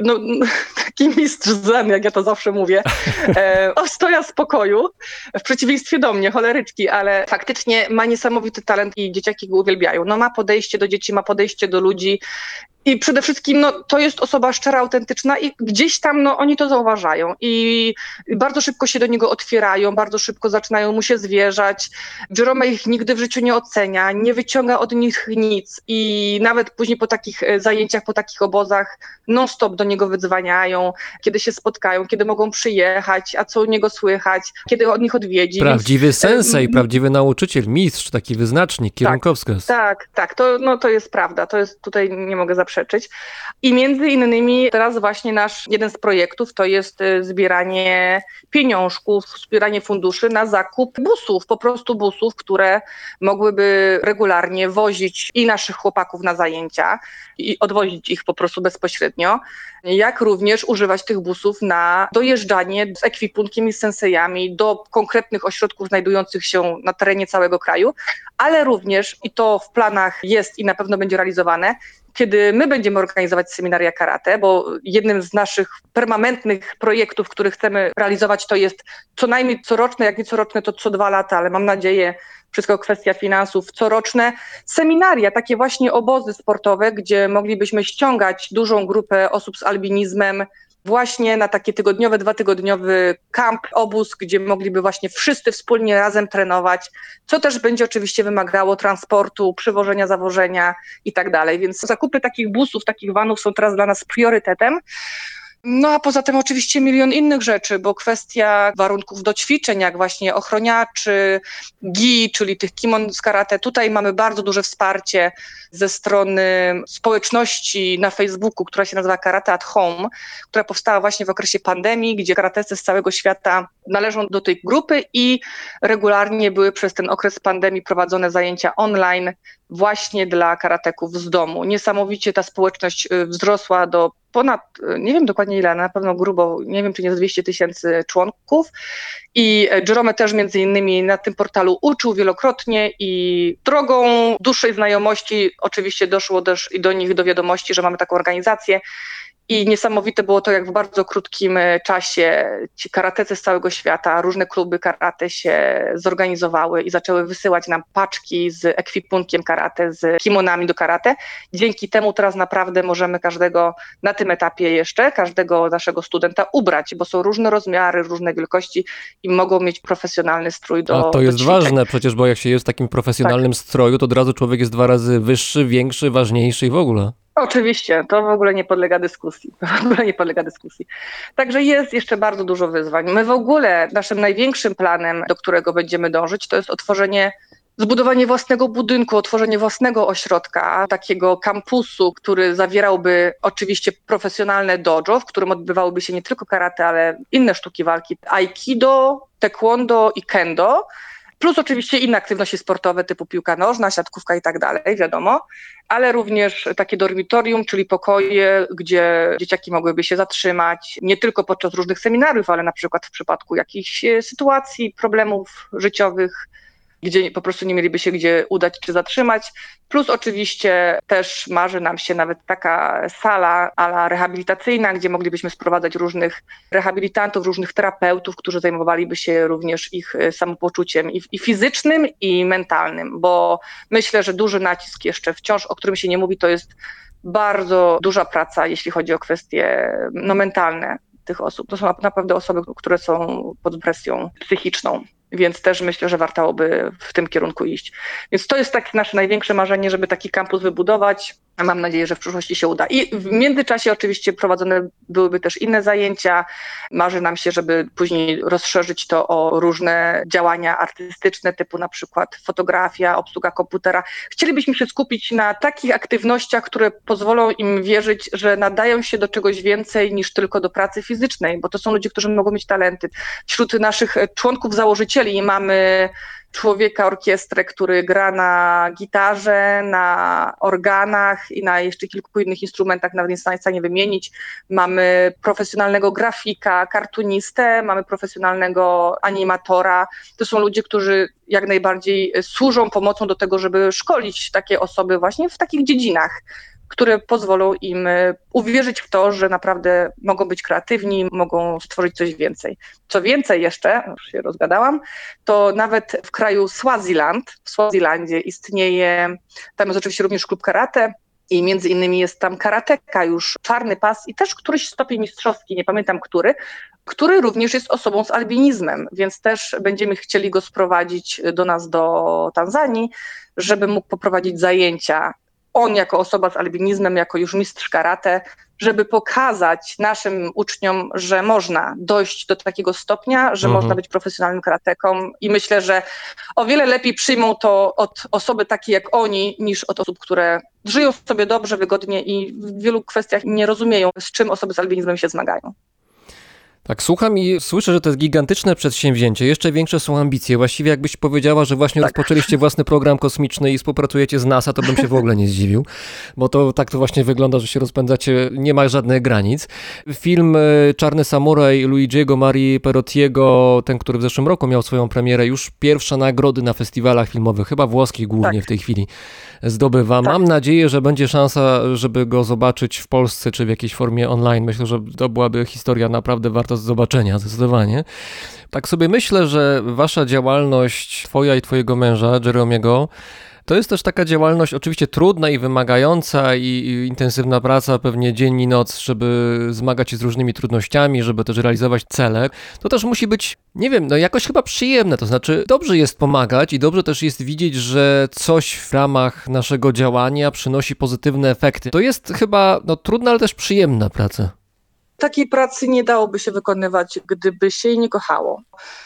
mistrz zen, jak ja to zawsze mówię, ostoja spokoju, w przeciwieństwie do mnie, choleryczki, ale faktycznie ma niesamowity talent i dzieciaki go uwielbiają. Ma podejście do dzieci, ma podejście do ludzi. I przede wszystkim to jest osoba szczera, autentyczna i gdzieś tam oni to zauważają i bardzo szybko się do niego otwierają, bardzo szybko zaczynają mu się zwierzać. Jerome ich nigdy w życiu nie ocenia, nie wyciąga od nich nic i nawet później po takich zajęciach, po takich obozach non-stop do niego wydzwaniają, kiedy się spotkają, kiedy mogą przyjechać, a co u niego słychać, kiedy od nich odwiedzi. Prawdziwy sensei, prawdziwy nauczyciel, mistrz, taki wyznacznik, kierunkowskaz. Tak, to jest prawda, to jest, tutaj nie mogę zaprzeczyć. I między innymi teraz właśnie jeden z projektów to jest zbieranie pieniążków, zbieranie funduszy na zakup busów, po prostu busów, które mogłyby regularnie wozić i naszych chłopaków na zajęcia i odwozić ich po prostu bezpośrednio, jak również używać tych busów na dojeżdżanie z ekwipunkiem i z sensejami do konkretnych ośrodków znajdujących się na terenie całego kraju, ale również, i to w planach jest i na pewno będzie realizowane, kiedy my będziemy organizować seminaria karate, bo jednym z naszych permanentnych projektów, które chcemy realizować, to jest co najmniej coroczne, jak nie coroczne, to co 2 lata, ale mam nadzieję, wszystko kwestia finansów, coroczne seminaria, takie właśnie obozy sportowe, gdzie moglibyśmy ściągać dużą grupę osób z albinizmem właśnie na takie tygodniowy, 2-tygodniowy kamp, obóz, gdzie mogliby właśnie wszyscy wspólnie razem trenować, co też będzie oczywiście wymagało transportu, przywożenia, zawożenia i tak dalej. Więc zakupy takich busów, takich vanów są teraz dla nas priorytetem. No a poza tym oczywiście milion innych rzeczy, bo kwestia warunków do ćwiczeń, jak właśnie ochroniaczy, gi, czyli tych kimon z karate. Tutaj mamy bardzo duże wsparcie ze strony społeczności na Facebooku, która się nazywa Karate at Home, która powstała właśnie w okresie pandemii, gdzie karatecy z całego świata należą do tej grupy i regularnie były przez ten okres pandemii prowadzone zajęcia online właśnie dla karateków z domu. Niesamowicie ta społeczność wzrosła do ponad, nie wiem dokładnie ile, na pewno grubo, nie wiem czy nie 200 000 członków i Jerome też między innymi na tym portalu uczył wielokrotnie i drogą dłuższej znajomości oczywiście doszło też i do nich do wiadomości, że mamy taką organizację. I niesamowite było to, jak w bardzo krótkim czasie ci karatecy z całego świata, różne kluby karate się zorganizowały i zaczęły wysyłać nam paczki z ekwipunkiem karate, z kimonami do karate. Dzięki temu teraz naprawdę możemy każdego na tym etapie jeszcze, każdego naszego studenta ubrać, bo są różne rozmiary, różne wielkości i mogą mieć profesjonalny strój do A to jest ćwiczeń. ważne przecież, bo jak się jest w takim profesjonalnym stroju, to od razu człowiek jest 2 razy wyższy, większy, ważniejszy i w ogóle. Oczywiście, to w ogóle nie podlega dyskusji. Także jest jeszcze bardzo dużo wyzwań. My w ogóle naszym największym planem, do którego będziemy dążyć, to jest zbudowanie własnego budynku, otworzenie własnego ośrodka, takiego kampusu, który zawierałby oczywiście profesjonalne dojo, w którym odbywałyby się nie tylko karate, ale inne sztuki walki, aikido, taekwondo i kendo. Plus oczywiście inne aktywności sportowe typu piłka nożna, siatkówka i tak dalej, wiadomo, ale również takie dormitorium, czyli pokoje, gdzie dzieciaki mogłyby się zatrzymać, nie tylko podczas różnych seminariów, ale na przykład w przypadku jakichś sytuacji, problemów życiowych, gdzie po prostu nie mieliby się gdzie udać czy zatrzymać. Plus oczywiście też marzy nam się nawet taka sala ala rehabilitacyjna, gdzie moglibyśmy sprowadzać różnych rehabilitantów, różnych terapeutów, którzy zajmowaliby się również ich samopoczuciem i fizycznym, i mentalnym, bo myślę, że duży nacisk jeszcze wciąż, o którym się nie mówi, to jest bardzo duża praca, jeśli chodzi o kwestie mentalne tych osób. To są naprawdę osoby, które są pod presją psychiczną. Więc też myślę, że wartałoby w tym kierunku iść. Więc to jest takie nasze największe marzenie, żeby taki kampus wybudować. Mam nadzieję, że w przyszłości się uda. I w międzyczasie oczywiście prowadzone byłyby też inne zajęcia. Marzy nam się, żeby później rozszerzyć to o różne działania artystyczne, typu na przykład fotografia, obsługa komputera. Chcielibyśmy się skupić na takich aktywnościach, które pozwolą im wierzyć, że nadają się do czegoś więcej niż tylko do pracy fizycznej, bo to są ludzie, którzy mogą mieć talenty. Wśród naszych członków założycieli mamy człowieka orkiestrę, który gra na gitarze, na organach i na jeszcze kilku innych instrumentach, nawet nie jestem w stanie wymienić. Mamy profesjonalnego grafika, kartunistę, mamy profesjonalnego animatora. To są ludzie, którzy jak najbardziej służą pomocą do tego, żeby szkolić takie osoby właśnie w takich dziedzinach, które pozwolą im uwierzyć w to, że naprawdę mogą być kreatywni, mogą stworzyć coś więcej. Co więcej jeszcze, już się rozgadałam, to nawet w kraju Swaziland, w Swazilandzie istnieje, tam jest oczywiście również klub karate i między innymi jest tam karateka już, czarny pas i też któryś stopień mistrzowski, nie pamiętam który również jest osobą z albinizmem, więc też będziemy chcieli go sprowadzić do nas do Tanzanii, żeby mógł poprowadzić zajęcia. On jako osoba z albinizmem, jako już mistrz karate, żeby pokazać naszym uczniom, że można dojść do takiego stopnia, że można być profesjonalnym karateką i myślę, że o wiele lepiej przyjmą to od osoby takiej jak oni, niż od osób, które żyją sobie dobrze, wygodnie i w wielu kwestiach nie rozumieją, z czym osoby z albinizmem się zmagają. Tak, słucham i słyszę, że to jest gigantyczne przedsięwzięcie. Jeszcze większe są ambicje. Właściwie jakbyś powiedziała, że właśnie rozpoczęliście własny program kosmiczny i współpracujecie z NASA, to bym się w ogóle nie zdziwił, bo to tak to właśnie wygląda, że się rozpędzacie, nie ma żadnych granic. Film Czarny Samuraj Luigiego Marii Perottiego, ten, który w zeszłym roku miał swoją premierę, już pierwsze nagrody na festiwalach filmowych, chyba włoskich głównie w tej chwili zdobywa. Mam nadzieję, że będzie szansa, żeby go zobaczyć w Polsce, czy w jakiejś formie online. Myślę, że to byłaby historia naprawdę warta zobaczenia, zdecydowanie. Tak sobie myślę, że wasza działalność, twoja i twojego męża, Jeremiego, To jest też taka działalność oczywiście trudna i wymagająca i intensywna praca, pewnie dzień i noc, żeby zmagać się z różnymi trudnościami, żeby też realizować cele. To też musi być, nie wiem, no jakoś chyba przyjemne, to znaczy dobrze jest pomagać i dobrze też jest widzieć, że coś w ramach naszego działania przynosi pozytywne efekty. To jest chyba trudna, ale też przyjemna praca. Takiej pracy nie dałoby się wykonywać, gdyby się jej nie kochało.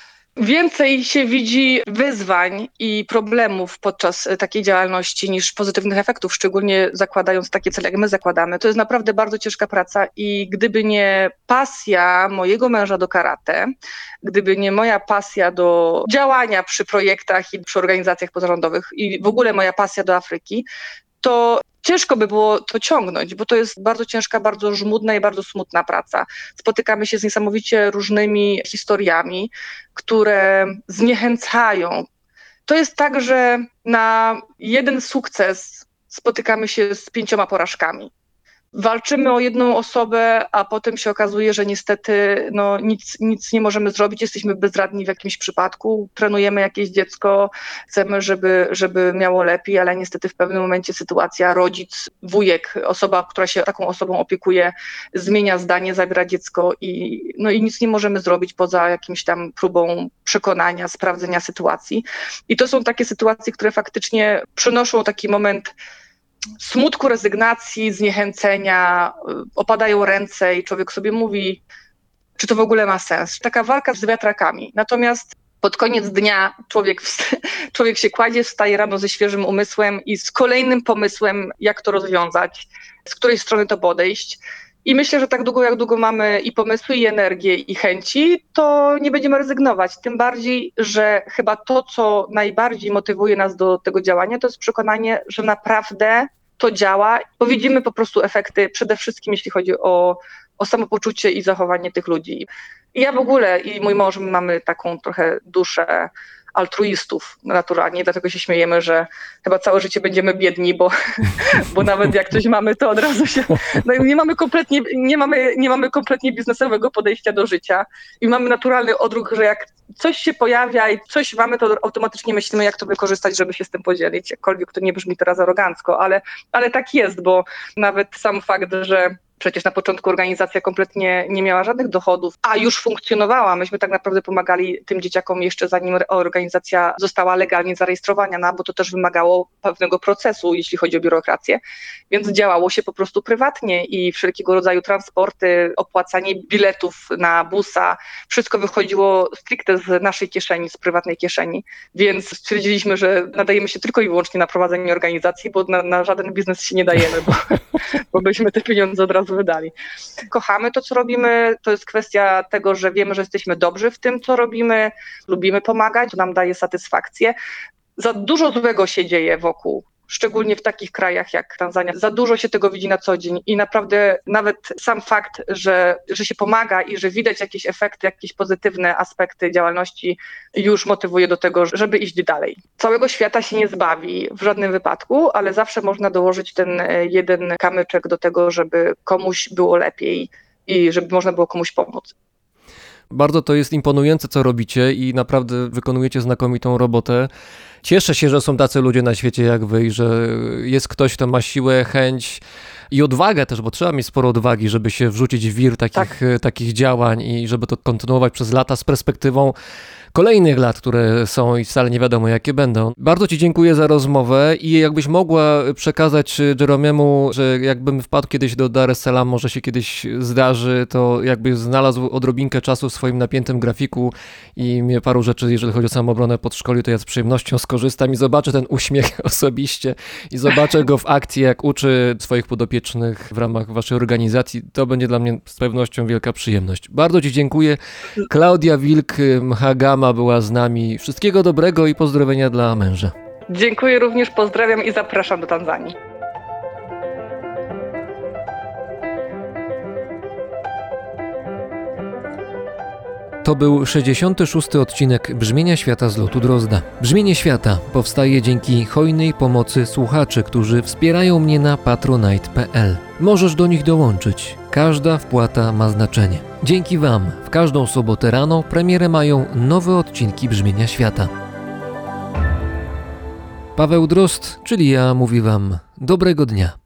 Więcej się widzi wyzwań i problemów podczas takiej działalności niż pozytywnych efektów, szczególnie zakładając takie cele, jak my zakładamy. To jest naprawdę bardzo ciężka praca i gdyby nie pasja mojego męża do karate, gdyby nie moja pasja do działania przy projektach i przy organizacjach pozarządowych i w ogóle moja pasja do Afryki, to ciężko by było to ciągnąć, bo to jest bardzo ciężka, bardzo żmudna i bardzo smutna praca. Spotykamy się z niesamowicie różnymi historiami, które zniechęcają. To jest tak, że na jeden sukces spotykamy się z 5 porażkami. Walczymy o jedną osobę, a potem się okazuje, że niestety nic nie możemy zrobić, jesteśmy bezradni w jakimś przypadku, trenujemy jakieś dziecko, chcemy, żeby miało lepiej, ale niestety w pewnym momencie sytuacja, rodzic, wujek, osoba, która się taką osobą opiekuje, zmienia zdanie, zabiera dziecko i nic nie możemy zrobić poza jakimś tam próbą przekonania, sprawdzenia sytuacji. I to są takie sytuacje, które faktycznie przynoszą taki moment smutku, rezygnacji, zniechęcenia, opadają ręce i człowiek sobie mówi, czy to w ogóle ma sens. Taka walka z wiatrakami. Natomiast pod koniec dnia człowiek się kładzie, wstaje rano ze świeżym umysłem i z kolejnym pomysłem, jak to rozwiązać, z której strony to podejść. I myślę, że tak długo, jak długo mamy i pomysły, i energię, i chęci, to nie będziemy rezygnować. Tym bardziej, że chyba to, co najbardziej motywuje nas do tego działania, to jest przekonanie, że naprawdę to działa, bo widzimy po prostu efekty, przede wszystkim jeśli chodzi o samopoczucie i zachowanie tych ludzi. I ja w ogóle i mój mąż mamy taką trochę duszę altruistów naturalnie, dlatego się śmiejemy, że chyba całe życie będziemy biedni, bo nawet jak coś mamy, to od razu się... nie mamy kompletnie biznesowego podejścia do życia i mamy naturalny odruch, że jak coś się pojawia i coś mamy, to automatycznie myślimy, jak to wykorzystać, żeby się z tym podzielić. Jakkolwiek to nie brzmi teraz arogancko, ale tak jest, bo nawet sam fakt, że przecież na początku organizacja kompletnie nie miała żadnych dochodów, a już funkcjonowała. Myśmy tak naprawdę pomagali tym dzieciakom jeszcze zanim organizacja została legalnie zarejestrowana, bo to też wymagało pewnego procesu, jeśli chodzi o biurokrację. Więc działało się po prostu prywatnie i wszelkiego rodzaju transporty, opłacanie biletów na busa, wszystko wychodziło stricte z naszej kieszeni, z prywatnej kieszeni. Więc stwierdziliśmy, że nadajemy się tylko i wyłącznie na prowadzenie organizacji, bo na żaden biznes się nie dajemy, bo byśmy te pieniądze od razu wydali. Kochamy to, co robimy, to jest kwestia tego, że wiemy, że jesteśmy dobrzy w tym, co robimy, lubimy pomagać, to nam daje satysfakcję. Za dużo złego się dzieje wokół, szczególnie w takich krajach jak Tanzania. Za dużo się tego widzi na co dzień i naprawdę nawet sam fakt, że się pomaga i że widać jakieś efekty, jakieś pozytywne aspekty działalności już motywuje do tego, żeby iść dalej. Całego świata się nie zbawi w żadnym wypadku, ale zawsze można dołożyć ten jeden kamyczek do tego, żeby komuś było lepiej i żeby można było komuś pomóc. Bardzo to jest imponujące, co robicie i naprawdę wykonujecie znakomitą robotę. Cieszę się, że są tacy ludzie na świecie jak wy i że jest ktoś, kto ma siłę, chęć i odwagę też, bo trzeba mieć sporo odwagi, żeby się wrzucić w wir takich działań i żeby to kontynuować przez lata z perspektywą kolejnych lat, które są i wcale nie wiadomo, jakie będą. Bardzo ci dziękuję za rozmowę i jakbyś mogła przekazać Jeromemu, że jakbym wpadł kiedyś do Dar es Salaam, może się kiedyś zdarzy, to jakby znalazł odrobinkę czasu w swoim napiętym grafiku i mnie paru rzeczy, jeżeli chodzi o samoobronę podszkolił, to ja z przyjemnością skorzystam i zobaczę ten uśmiech osobiście i zobaczę go w akcji, jak uczy swoich podopiecznych w ramach waszej organizacji. To będzie dla mnie z pewnością wielka przyjemność. Bardzo ci dziękuję. Klaudia Wilk-Mhagama była z nami. Wszystkiego dobrego i pozdrowienia dla męża. Dziękuję również, pozdrawiam i zapraszam do Tanzanii. To był 66. odcinek Brzmienia Świata z lotu Drozda. Brzmienie Świata powstaje dzięki hojnej pomocy słuchaczy, którzy wspierają mnie na patronite.pl. Możesz do nich dołączyć. Każda wpłata ma znaczenie. Dzięki Wam w każdą sobotę rano premierę mają nowe odcinki Brzmienia Świata. Paweł Drozd, czyli ja, mówi wam dobrego dnia.